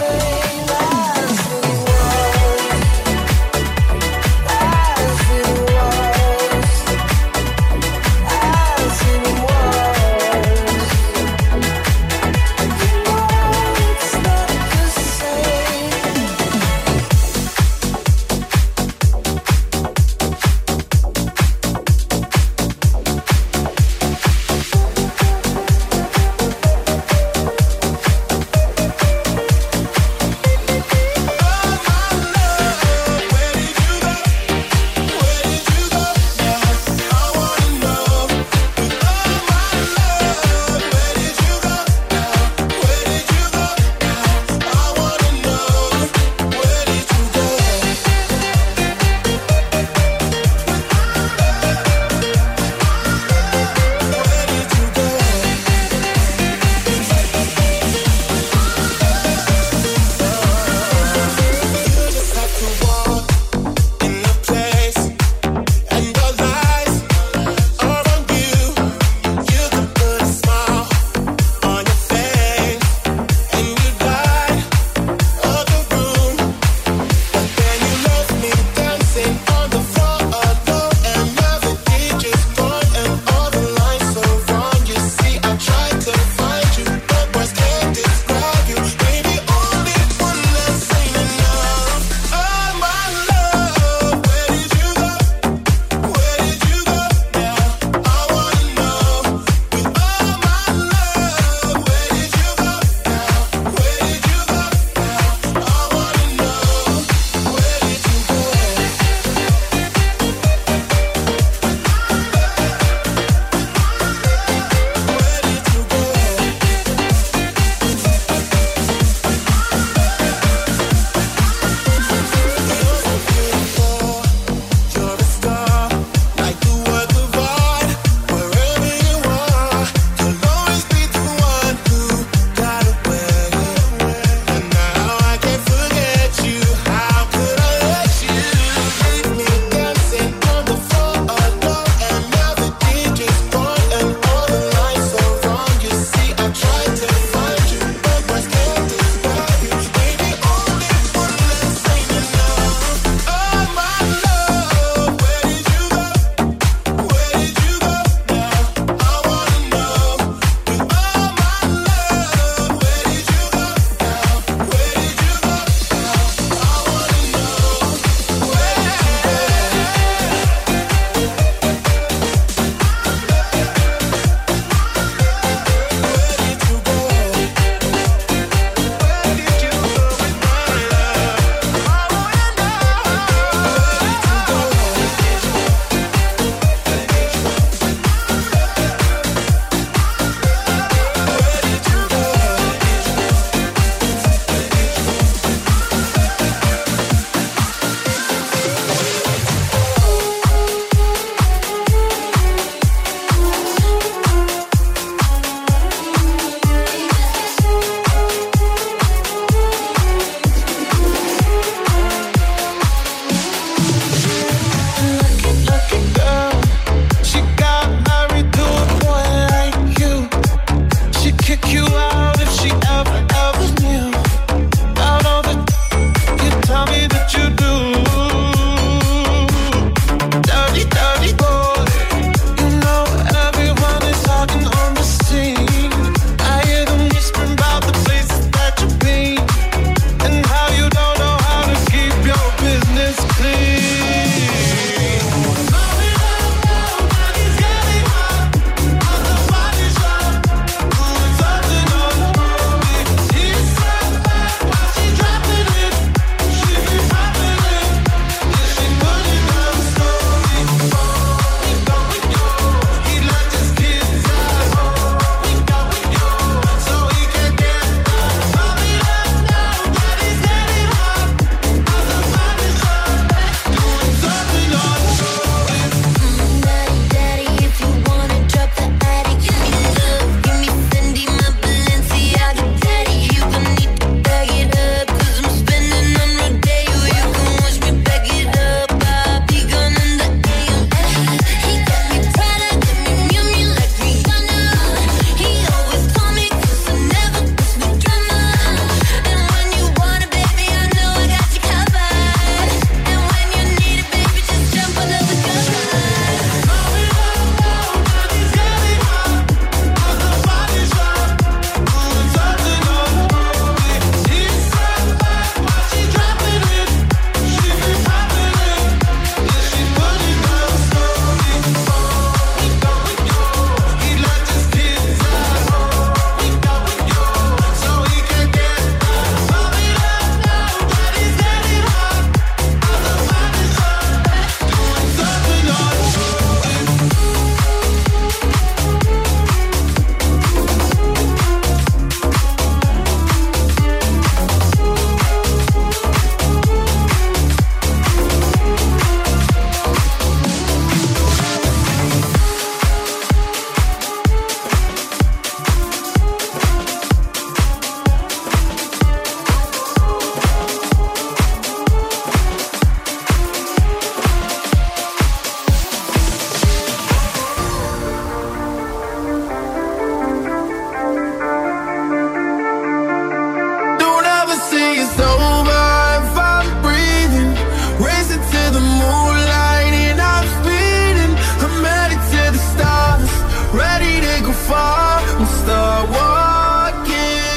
far, we'll start walking.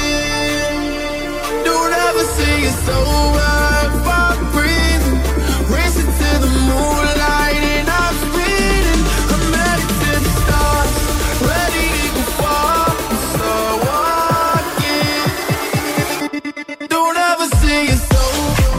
Don't ever say it's over if I'm breathing. Racing to the moonlight and I'm speeding. I'm headed to the stars, ready to go far, we'll start walking. Don't ever say it's over.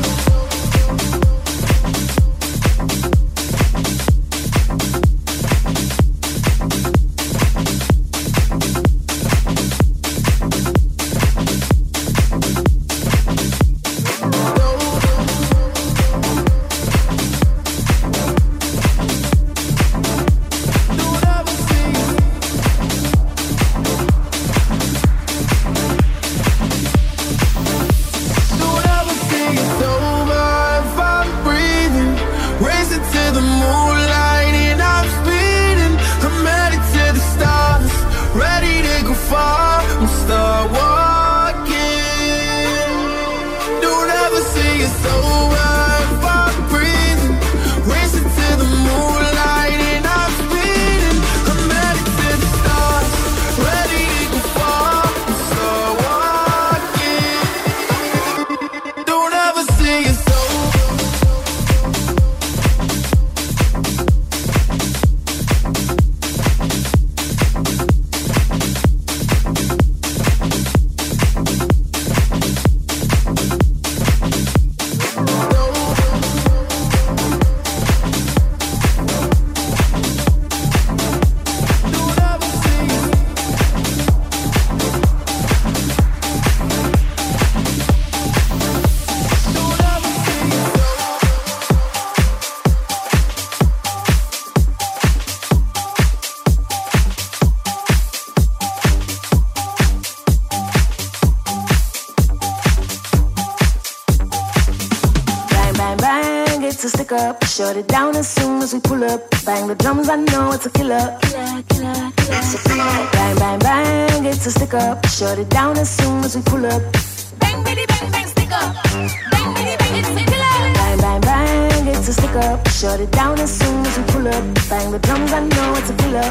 Shut it down as soon as we pull up. Bang the drums, I know it's a killer. Killer, killer, killer. Bang, bang, bang, it's a stick up. Shut it down as soon as we pull up. Bang, bitty, bang, bang, stick up. Bang, bitty, bang, it's a killer. Bang, bang, bang, it's a stick up. Shut it down as soon as we pull up. Bang the drums, I know it's a killer.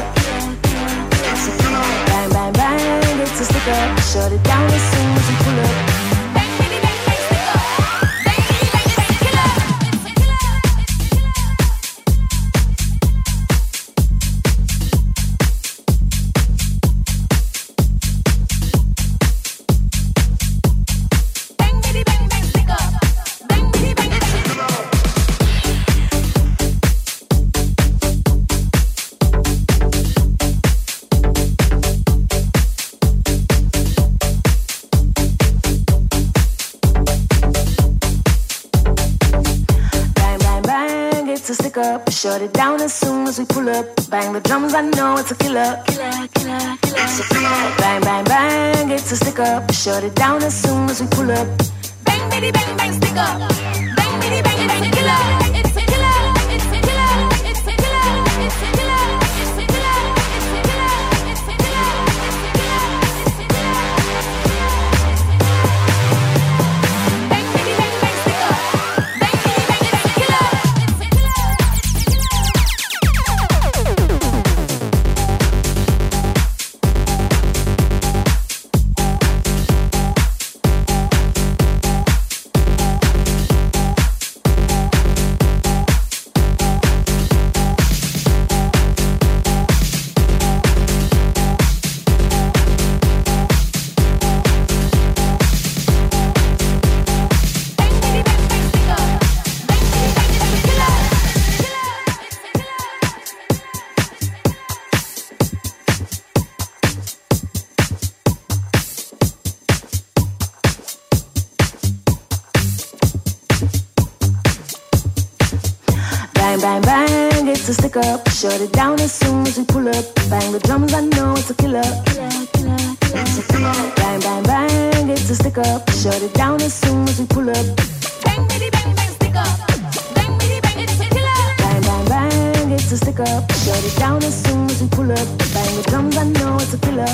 Bang, bang, bang, it's a stick up. Shut it down as soon as we pull up. Shut it down as soon as we pull up. Bang the drums, I know it's a killer. Killer, killer, killer. Bang, bang, bang, it's a stick up. Shut it down as soon as we pull up. Bang, bitty, bang, bang, stick up. Bang, bitty, bang, it's a killer. It's a killer. It's a killer. It's a killer. It's a killer. It's a killer. It's a killer. It's a killer. Bang, bitty, bang, bang, stick up. Bang, bitty, bang, it's a killer. Bang, bang, bang, it's a stick up. Shut it down as soon as we pull up. Bang the drums, I know it's a killer. Killer, killer, killer. Bang, bang, bang, it's a stick up. Shut it down as soon as we pull up. Bang, bitty, bang, bang, stick up. Bang, bitty, bang, it's a killer. Bang, bang, bang, it's a stick up. Shut it down as soon as we pull up. Bang the drums, I know it's a killer.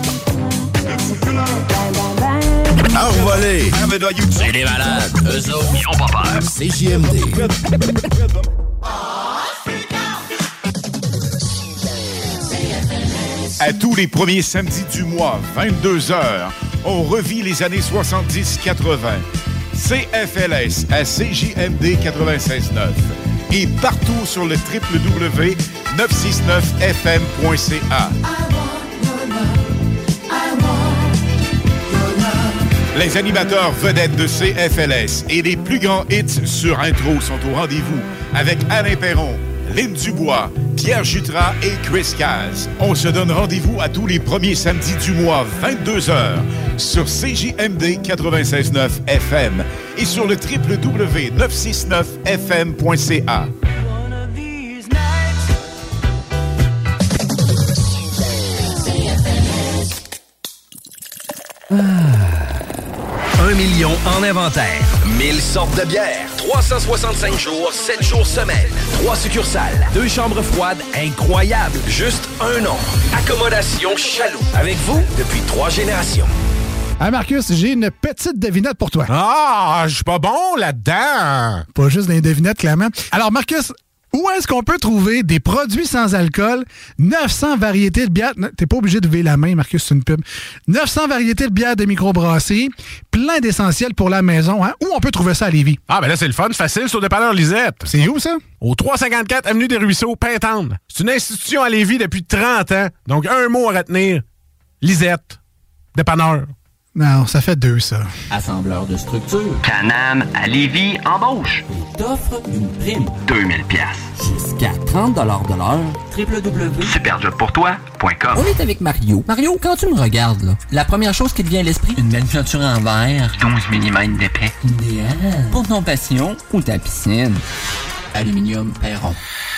Bang, bang, bang. Envolé! C'est des malades! Eux autres, ils ont pas peur! C J M D. À tous les premiers samedis du mois, vingt-deux heures, on revit les années soixante-dix quatre-vingt. C F L S à C J M D quatre-vingt-seize neuf et partout sur le w w w point neuf cent soixante-neuf F M point C A. Les animateurs vedettes de C F L S et les plus grands hits sur intro sont au rendez-vous avec Alain Perron, Lynn Dubois, Pierre Jutras et Chris Caz. On se donne rendez-vous à tous les premiers samedis du mois, vingt-deux heures, sur C J M D quatre-vingt-seize neuf F M et sur le w w w point neuf cent soixante-neuf F M point C A. Un million en inventaire. mille sortes de bières. trois cent soixante-cinq jours, sept jours semaine. Trois succursales. Deux chambres froides incroyables. Juste un nom. Accommodation Chaloux. Avec vous depuis trois générations. Ah Marcus, j'ai une petite devinette pour toi. Ah, je suis pas bon là-dedans. Pas juste des devinettes, clairement. Alors Marcus, où est-ce qu'on peut trouver des produits sans alcool, neuf cents variétés de bières... T'es pas obligé de lever la main, Marcus, c'est une pub. neuf cents variétés de bières de microbrasserie, plein d'essentiels pour la maison. Hein? Où on peut trouver ça à Lévis? Ah, ben là, c'est le fun, facile, c'est au dépanneur Lisette. C'est où, ça? Au trois cent cinquante-quatre Avenue des Ruisseaux, Pintendre. C'est une institution à Lévis depuis trente ans. Donc, un mot à retenir. Lisette. Dépanneur. Non, ça fait deux, ça. Assembleur de structure. Can-Am à Lévis embauche. Et t'offre une prime. deux mille piastres. Jusqu'à trente dollars de l'heure. w w w point super job pour toi point com. On est avec Mario. Mario, quand tu me regardes, là, la première chose qui te vient à l'esprit, une belle peinture en verre. douze millimètres d'épais. Idéal. Pour ton passion ou ta piscine. Aluminium Perron.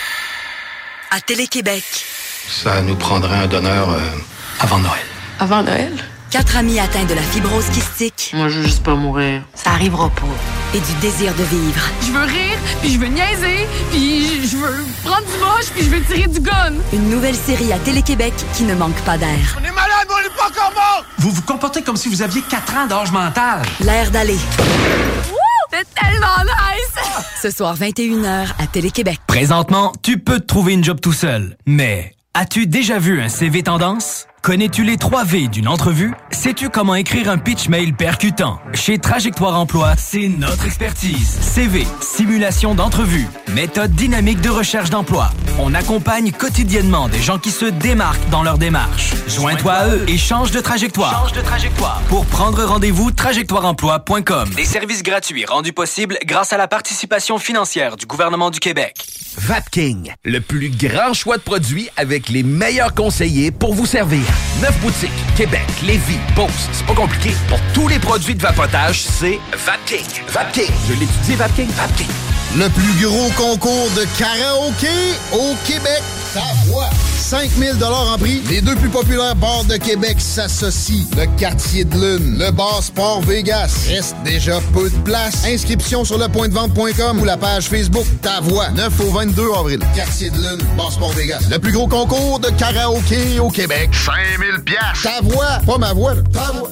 À Télé-Québec. Ça nous prendrait un donneur euh, avant Noël. Avant Noël? Quatre amis atteints de la fibrose kystique. Moi, je veux juste pas mourir. Ça arrivera pas. Et du désir de vivre. Je veux rire, puis je veux niaiser, puis je veux prendre du moche, puis je veux tirer du gun. Une nouvelle série à Télé-Québec qui ne manque pas d'air. On est malade, on est pas encore mort! Vous vous comportez comme si vous aviez quatre ans d'âge mental. L'air d'aller. Wouh! C'est tellement nice! Ce soir, vingt et une heures à Télé-Québec. Présentement, tu peux te trouver une job tout seul, mais as-tu déjà vu un C V tendance? Connais-tu les trois V d'une entrevue? Sais-tu comment écrire un pitch mail percutant? Chez Trajectoire Emploi, c'est notre expertise. C V, simulation d'entrevue, méthode dynamique de recherche d'emploi. On accompagne quotidiennement des gens qui se démarquent dans leur démarche. Joins-toi à eux et change de trajectoire. Change de trajectoire. Pour prendre rendez-vous, trajectoire emploi point com. Des services gratuits rendus possibles grâce à la participation financière du gouvernement du Québec. Vapking, le plus grand choix de produits avec les meilleurs conseillers pour vous servir. Neuf boutiques, Québec, Lévis, Beauce. C'est pas compliqué. Pour tous les produits de vapotage, c'est Vapking. Vapking. Je l'étudie, Vapking. Vapking. Le plus gros concours de karaoké au Québec. Ta voix. cinq mille dollars en prix. Les deux plus populaires bars de Québec s'associent. Le Quartier de Lune, le bar Sport Vegas. Reste déjà peu de place. Inscription sur le point de vente point com ou la page Facebook Ta Voix. neuf au vingt-deux avril. Quartier de Lune, bar Sport Vegas. Le plus gros concours de karaoké au Québec. cinq mille piastres. Ta voix. Pas ma voix, là. Ta voix.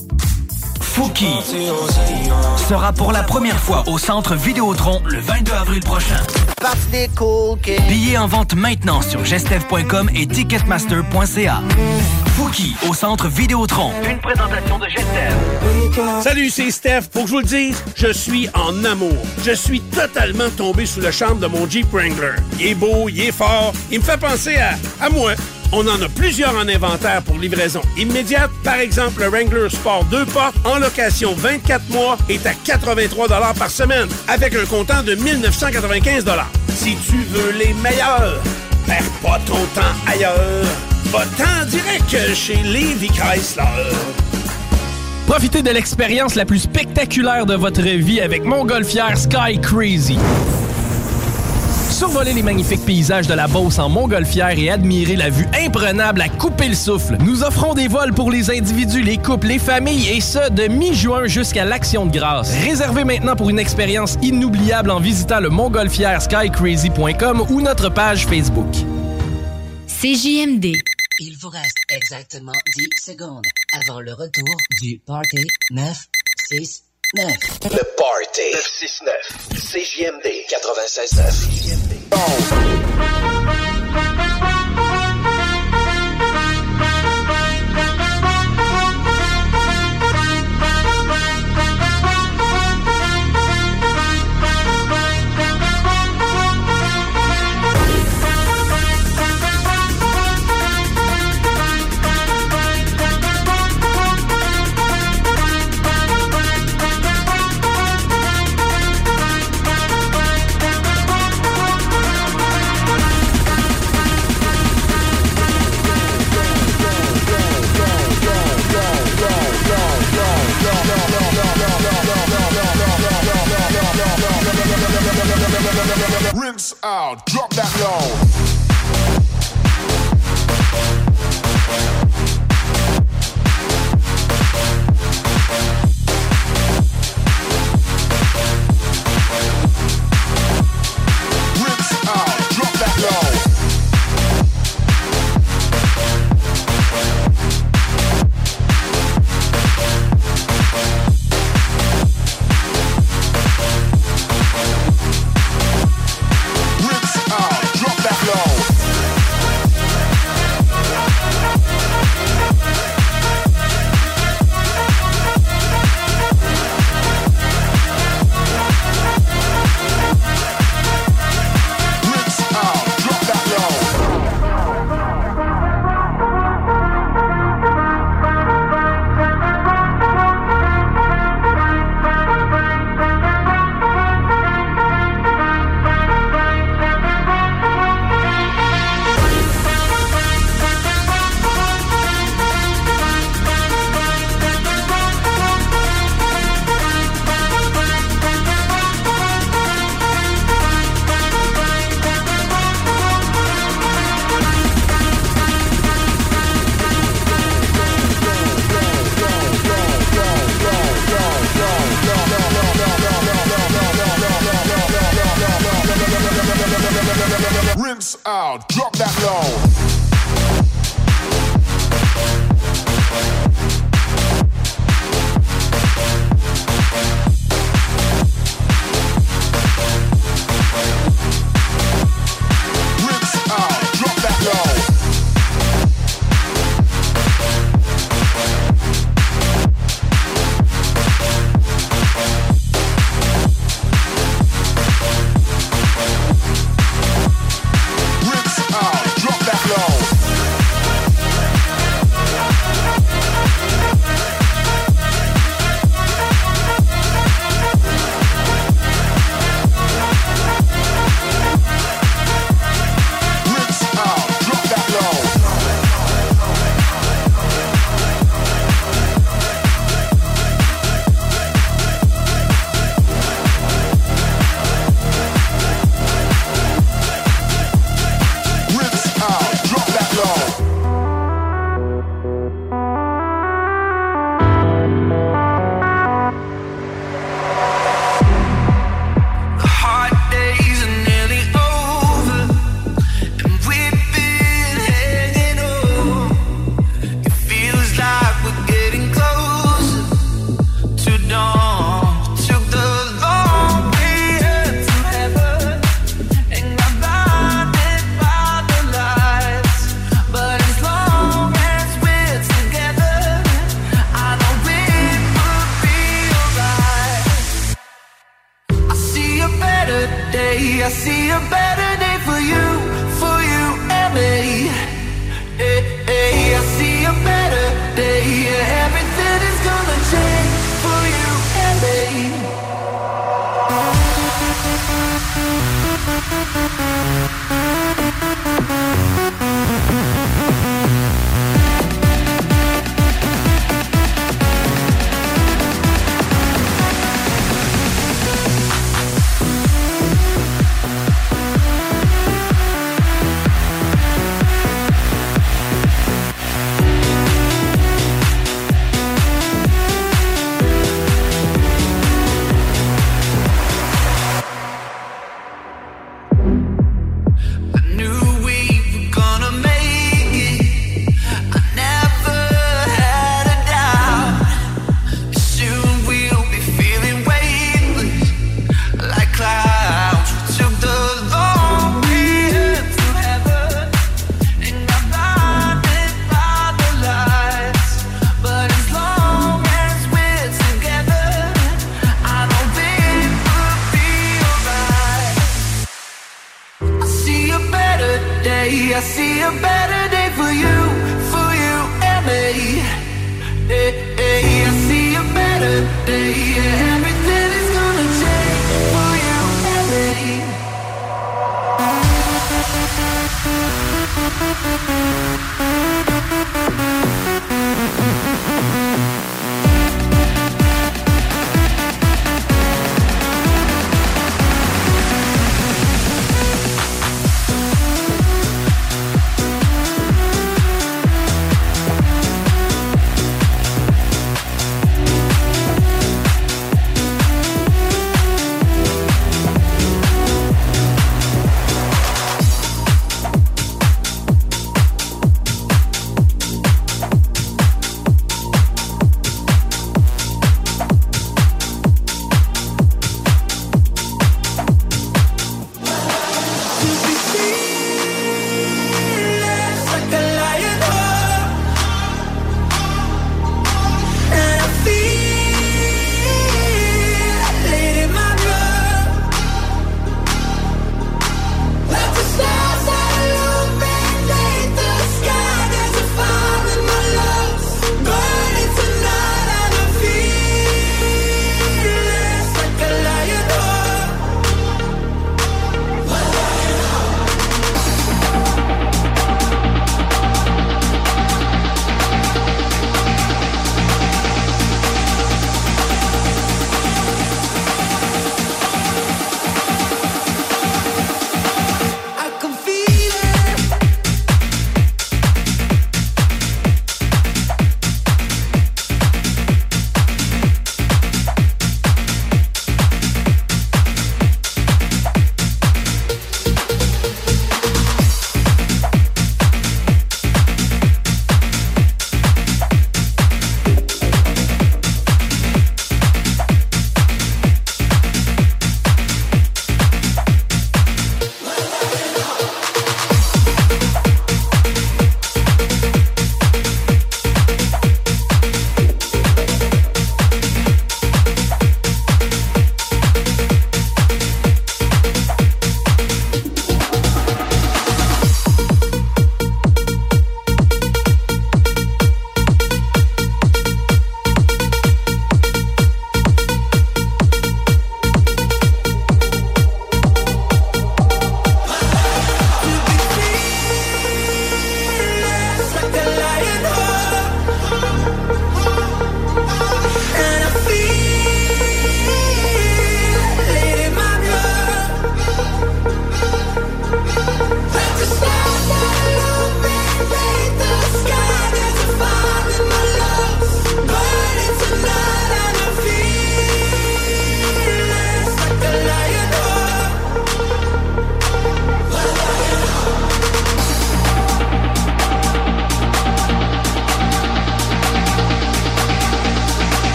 Fouki sera pour la première fois au Centre Vidéotron le vingt-deux avril prochain. Billets en vente maintenant sur gestev point com et ticketmaster point c a. Fouki au Centre Vidéotron. Une présentation de Gestev. Salut, c'est Steph. Pour que je vous le dise, je suis en amour. Je suis totalement tombé sous le charme de mon Jeep Wrangler. Il est beau, il est fort. Il me fait penser à, à moi. On en a plusieurs en inventaire pour livraison immédiate. Par exemple, le Wrangler Sport deux portes en location vingt-quatre mois est à quatre-vingt-trois dollars par semaine avec un comptant de mille neuf cent quatre-vingt-quinze dollars. Si tu veux les meilleurs, perds pas ton temps ailleurs. Va-t'en direct chez Lévi Chrysler. Profitez de l'expérience la plus spectaculaire de votre vie avec Montgolfière Sky Crazy. Survoler les magnifiques paysages de la Beauce en montgolfière et admirer la vue imprenable à couper le souffle. Nous offrons des vols pour les individus, les couples, les familles et ce, de mi-juin jusqu'à l'Action de grâce. Réservez maintenant pour une expérience inoubliable en visitant le montgolfière sky crazy point com ou notre page Facebook. C J M D. Il vous reste exactement dix secondes avant le retour du Party neuf six neuf. Le Party neuf six neuf. C J M D quatre-vingt-seize neuf. C J M D. Rinse out, drop that low. Rinse out, drop that low. I see a better day for you, for you and me. Hey, hey, I see a better day. Yeah, everything is gonna change for you and me.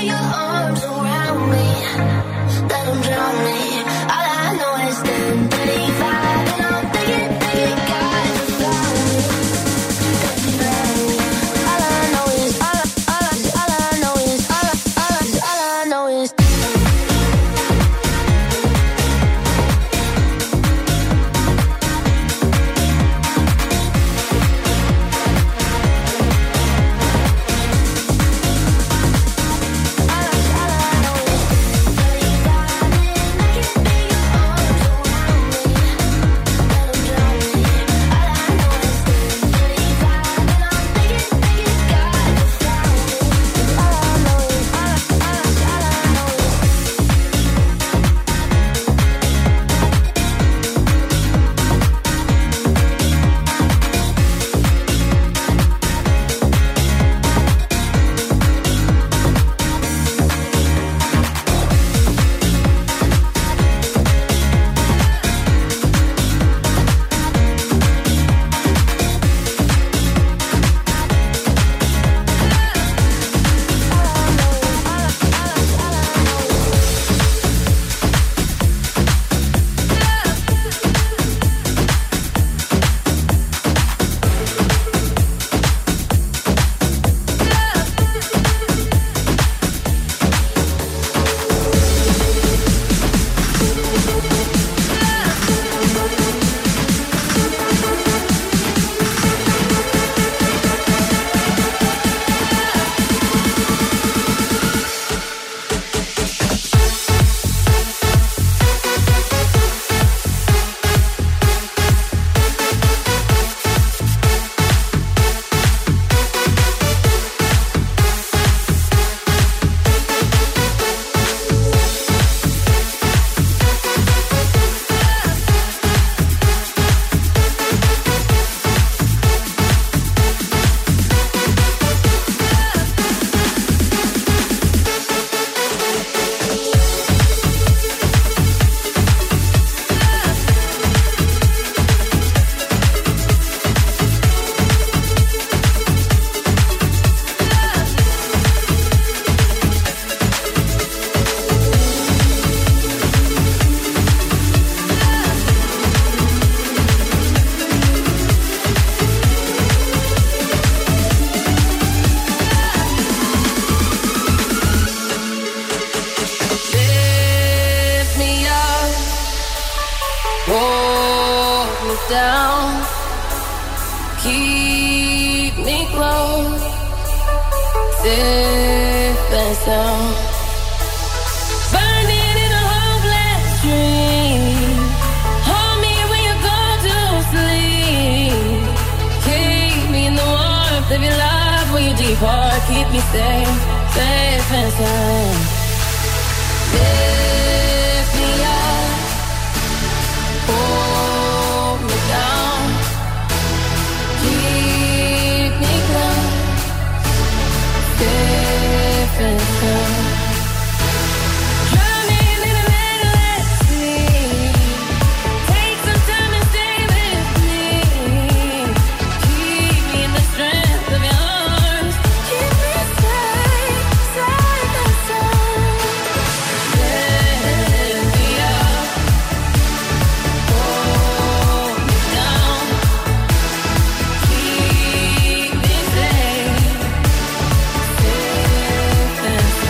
put your arms around me. Let them drown me. All I know is ten thirty-five, and I'm thinking, thinking, God just found me. Just found me. All I know is, all I, all I, all I know is, all I, all I, all I know is. Down, keep me close, safe and sound. Burning in a hopeless dream. Hold me when you go to sleep. Keep me in the warmth of your love when you depart. Keep me safe, safe and sound. Lift me up. Hold me down, keep me close, safe and sound. Drowning in an endless sea. Take some time and stay with me. Keep me in the strength of your arms. Keep me safe, safe and sound. Lift me up. Keep me safe, safe and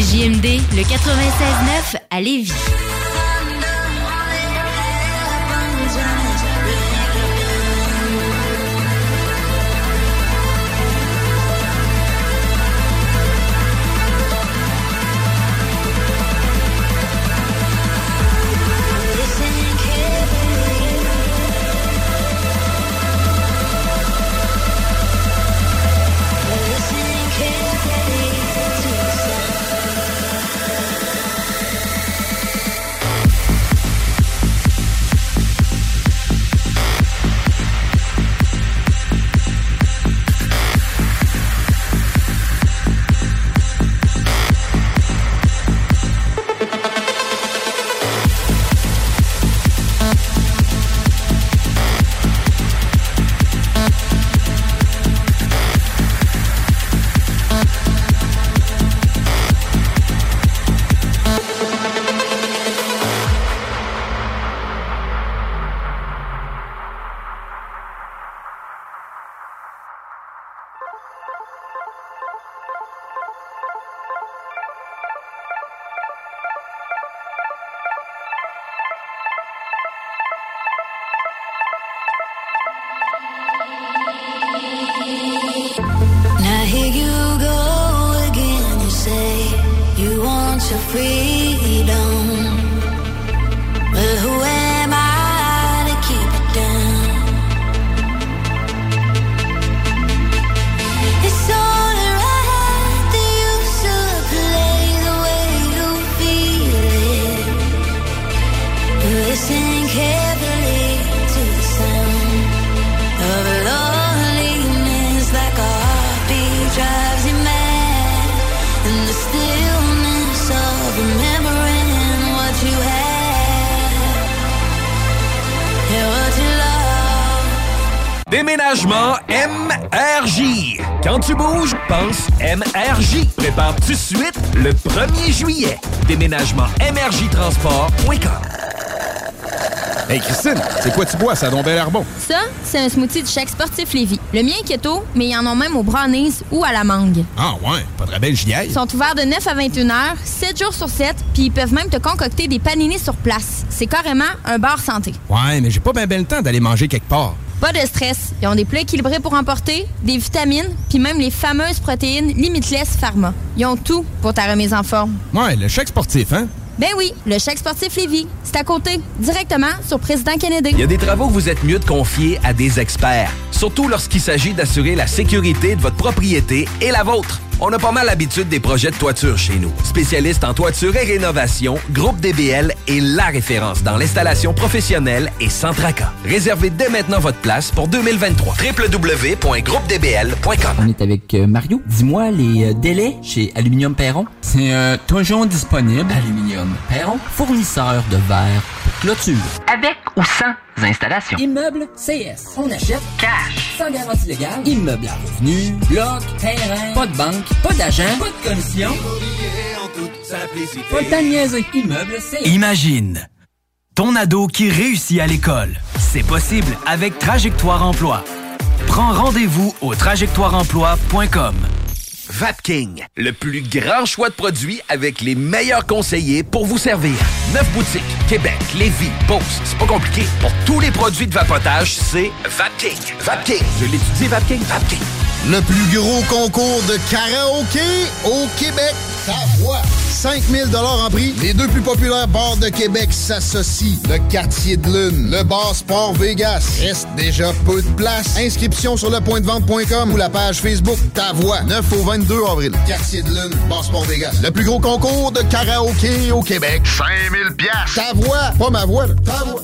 C J M D, le quatre-vingt-seize neuf à Lévis. Now here you go again. You say you want your freedom, but who am I to keep it down? It's only right that you should play the way you feel it. Listen carefully to the sound of loneliness, like a heartbeat drives you mad, and the stillness of remembering what you had, yeah, what you love. Déménagement M R J. Quand tu bouges, pense M R J. Prépare tout de suite le premier juillet. Déménagement M R J transport point com. Hey Christine, c'est quoi tu bois? Ça a donc bien l'air bon. Ça, c'est un smoothie du Chèque Sportif Lévis. Le mien est keto, mais ils en ont même au brownies ou à la mangue. Ah ouais, pas de rabais, j'y aille. Ils sont ouverts de neuf à vingt et une heures, sept jours sur sept, puis ils peuvent même te concocter des paninis sur place. C'est carrément un bar santé. Ouais, mais j'ai pas bien ben le temps d'aller manger quelque part. Pas de stress. Ils ont des plats équilibrés pour emporter, des vitamines, puis même les fameuses protéines Limitless Pharma. Ils ont tout pour ta remise en forme. Ouais, le Chèque Sportif, hein? Ben oui, le Chèque Sportif Lévis. C'est à côté, directement sur Président Kennedy. Il y a des travaux que vous êtes mieux de confier à des experts, surtout lorsqu'il s'agit d'assurer la sécurité de votre propriété et la vôtre. On a pas mal l'habitude des projets de toiture chez nous. Spécialiste en toiture et rénovation, Groupe D B L est la référence dans l'installation professionnelle et sans tracas. Réservez dès maintenant votre place pour deux mille vingt-trois. w w w point groupe d b l point com. On est avec euh, Mario. Dis-moi les euh, délais chez Aluminium Perron. C'est euh, toujours disponible. Aluminium Perron, fournisseur de verre pour clôture. Avec ou sans installation. Immeuble C S. On achète Cash. sans garantie légale. Immeuble à revenu. Bloc, terrain. Pas de banque. Pas d'agent. Pas de commission. Pas de temps de niaiser. Immeuble C S. Imagine ton ado qui réussit à l'école. C'est possible avec Trajectoire Emploi. Prends rendez-vous au trajectoire emploi point com. Vapking, le plus grand choix de produits avec les meilleurs conseillers pour vous servir. Neuf boutiques, Québec, Lévis, Beauce. C'est pas compliqué. Pour tous les produits de vapotage, c'est Vapking. Vapking. Je l'étudie, Vapking. Vapking. Le plus gros concours de karaoké au Québec. Ta voix. cinq mille dollars en prix. Les deux plus populaires bars de Québec s'associent. Le Quartier de Lune, le bar Sport Vegas. Reste déjà peu de place. Inscription sur le point de vente point com ou la page Facebook Ta Voix. neuf au vingt-deux avril. Quartier de Lune, bar Sport Vegas. Le plus gros concours de karaoké au Québec. cinq mille piastres. Ta voix. Pas ma voix, là. Ta voix.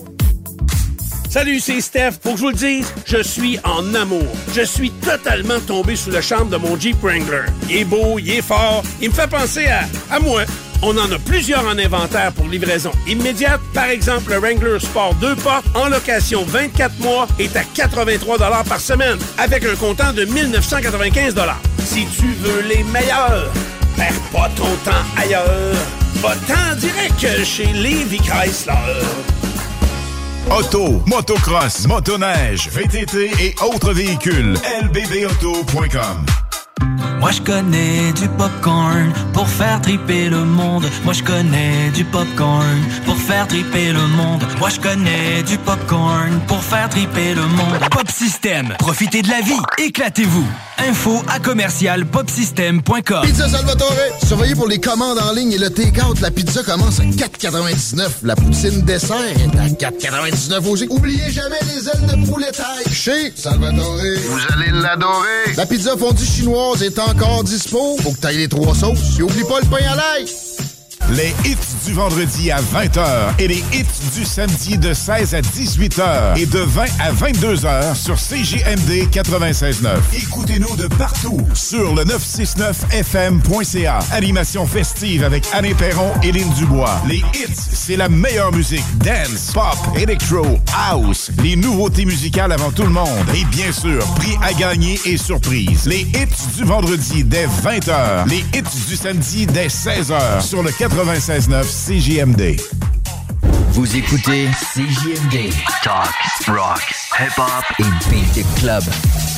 Salut, c'est Steph. Pour que je vous le dise, je suis en amour. Je suis totalement tombé sous le charme de mon Jeep Wrangler. Il est beau, il est fort, il me fait penser à, à moi. On en a plusieurs en inventaire pour livraison immédiate. Par exemple, le Wrangler Sport deux portes en location vingt-quatre mois est à quatre-vingt-trois dollars par semaine avec un comptant de mille neuf cent quatre-vingt-quinze dollars. Si tu veux les meilleurs, perds pas ton temps ailleurs. Va-t'en direct chez Lévis Chrysler. Auto, motocross, motoneige, V T T et autres véhicules. L B B auto point com. Moi je connais du popcorn pour faire triper le monde. Moi je connais du popcorn pour faire triper le monde. Moi je connais du popcorn pour faire triper le monde. Pop System, profitez de la vie, éclatez-vous. Info à commercial popsystem point com. Pizza Salvatore, surveillez pour les commandes en ligne et le take-out. La pizza commence à quatre quatre-vingt-dix-neuf. La poutine dessert est à quatre quatre-vingt-dix-neuf aussi. Oubliez jamais les ailes de poulet taille. Chez Salvatore, vous allez l'adorer. La pizza fondue chinoise est encore dispo. Faut que t'ailles les trois sauces. Et oublie pas le pain à l'ail. Les hits du vendredi à vingt heures et les hits du samedi de seize à dix-huit heures et de vingt à vingt-deux heures sur C J M D quatre-vingt-seize neuf. Écoutez-nous de partout sur le neuf cent soixante-neuf F M point C A. Animation festive avec Anne Perron et Lynn Dubois. Les hits, c'est la meilleure musique. Dance, pop, electro, house. Les nouveautés musicales avant tout le monde. Et bien sûr, prix à gagner et surprise. Les hits du vendredi dès vingt heures. Les hits du samedi dès seize heures sur le quatre-vingt-seize neuf C J M D. Vous écoutez C J M D. Talk, rock, hip-hop et beat club.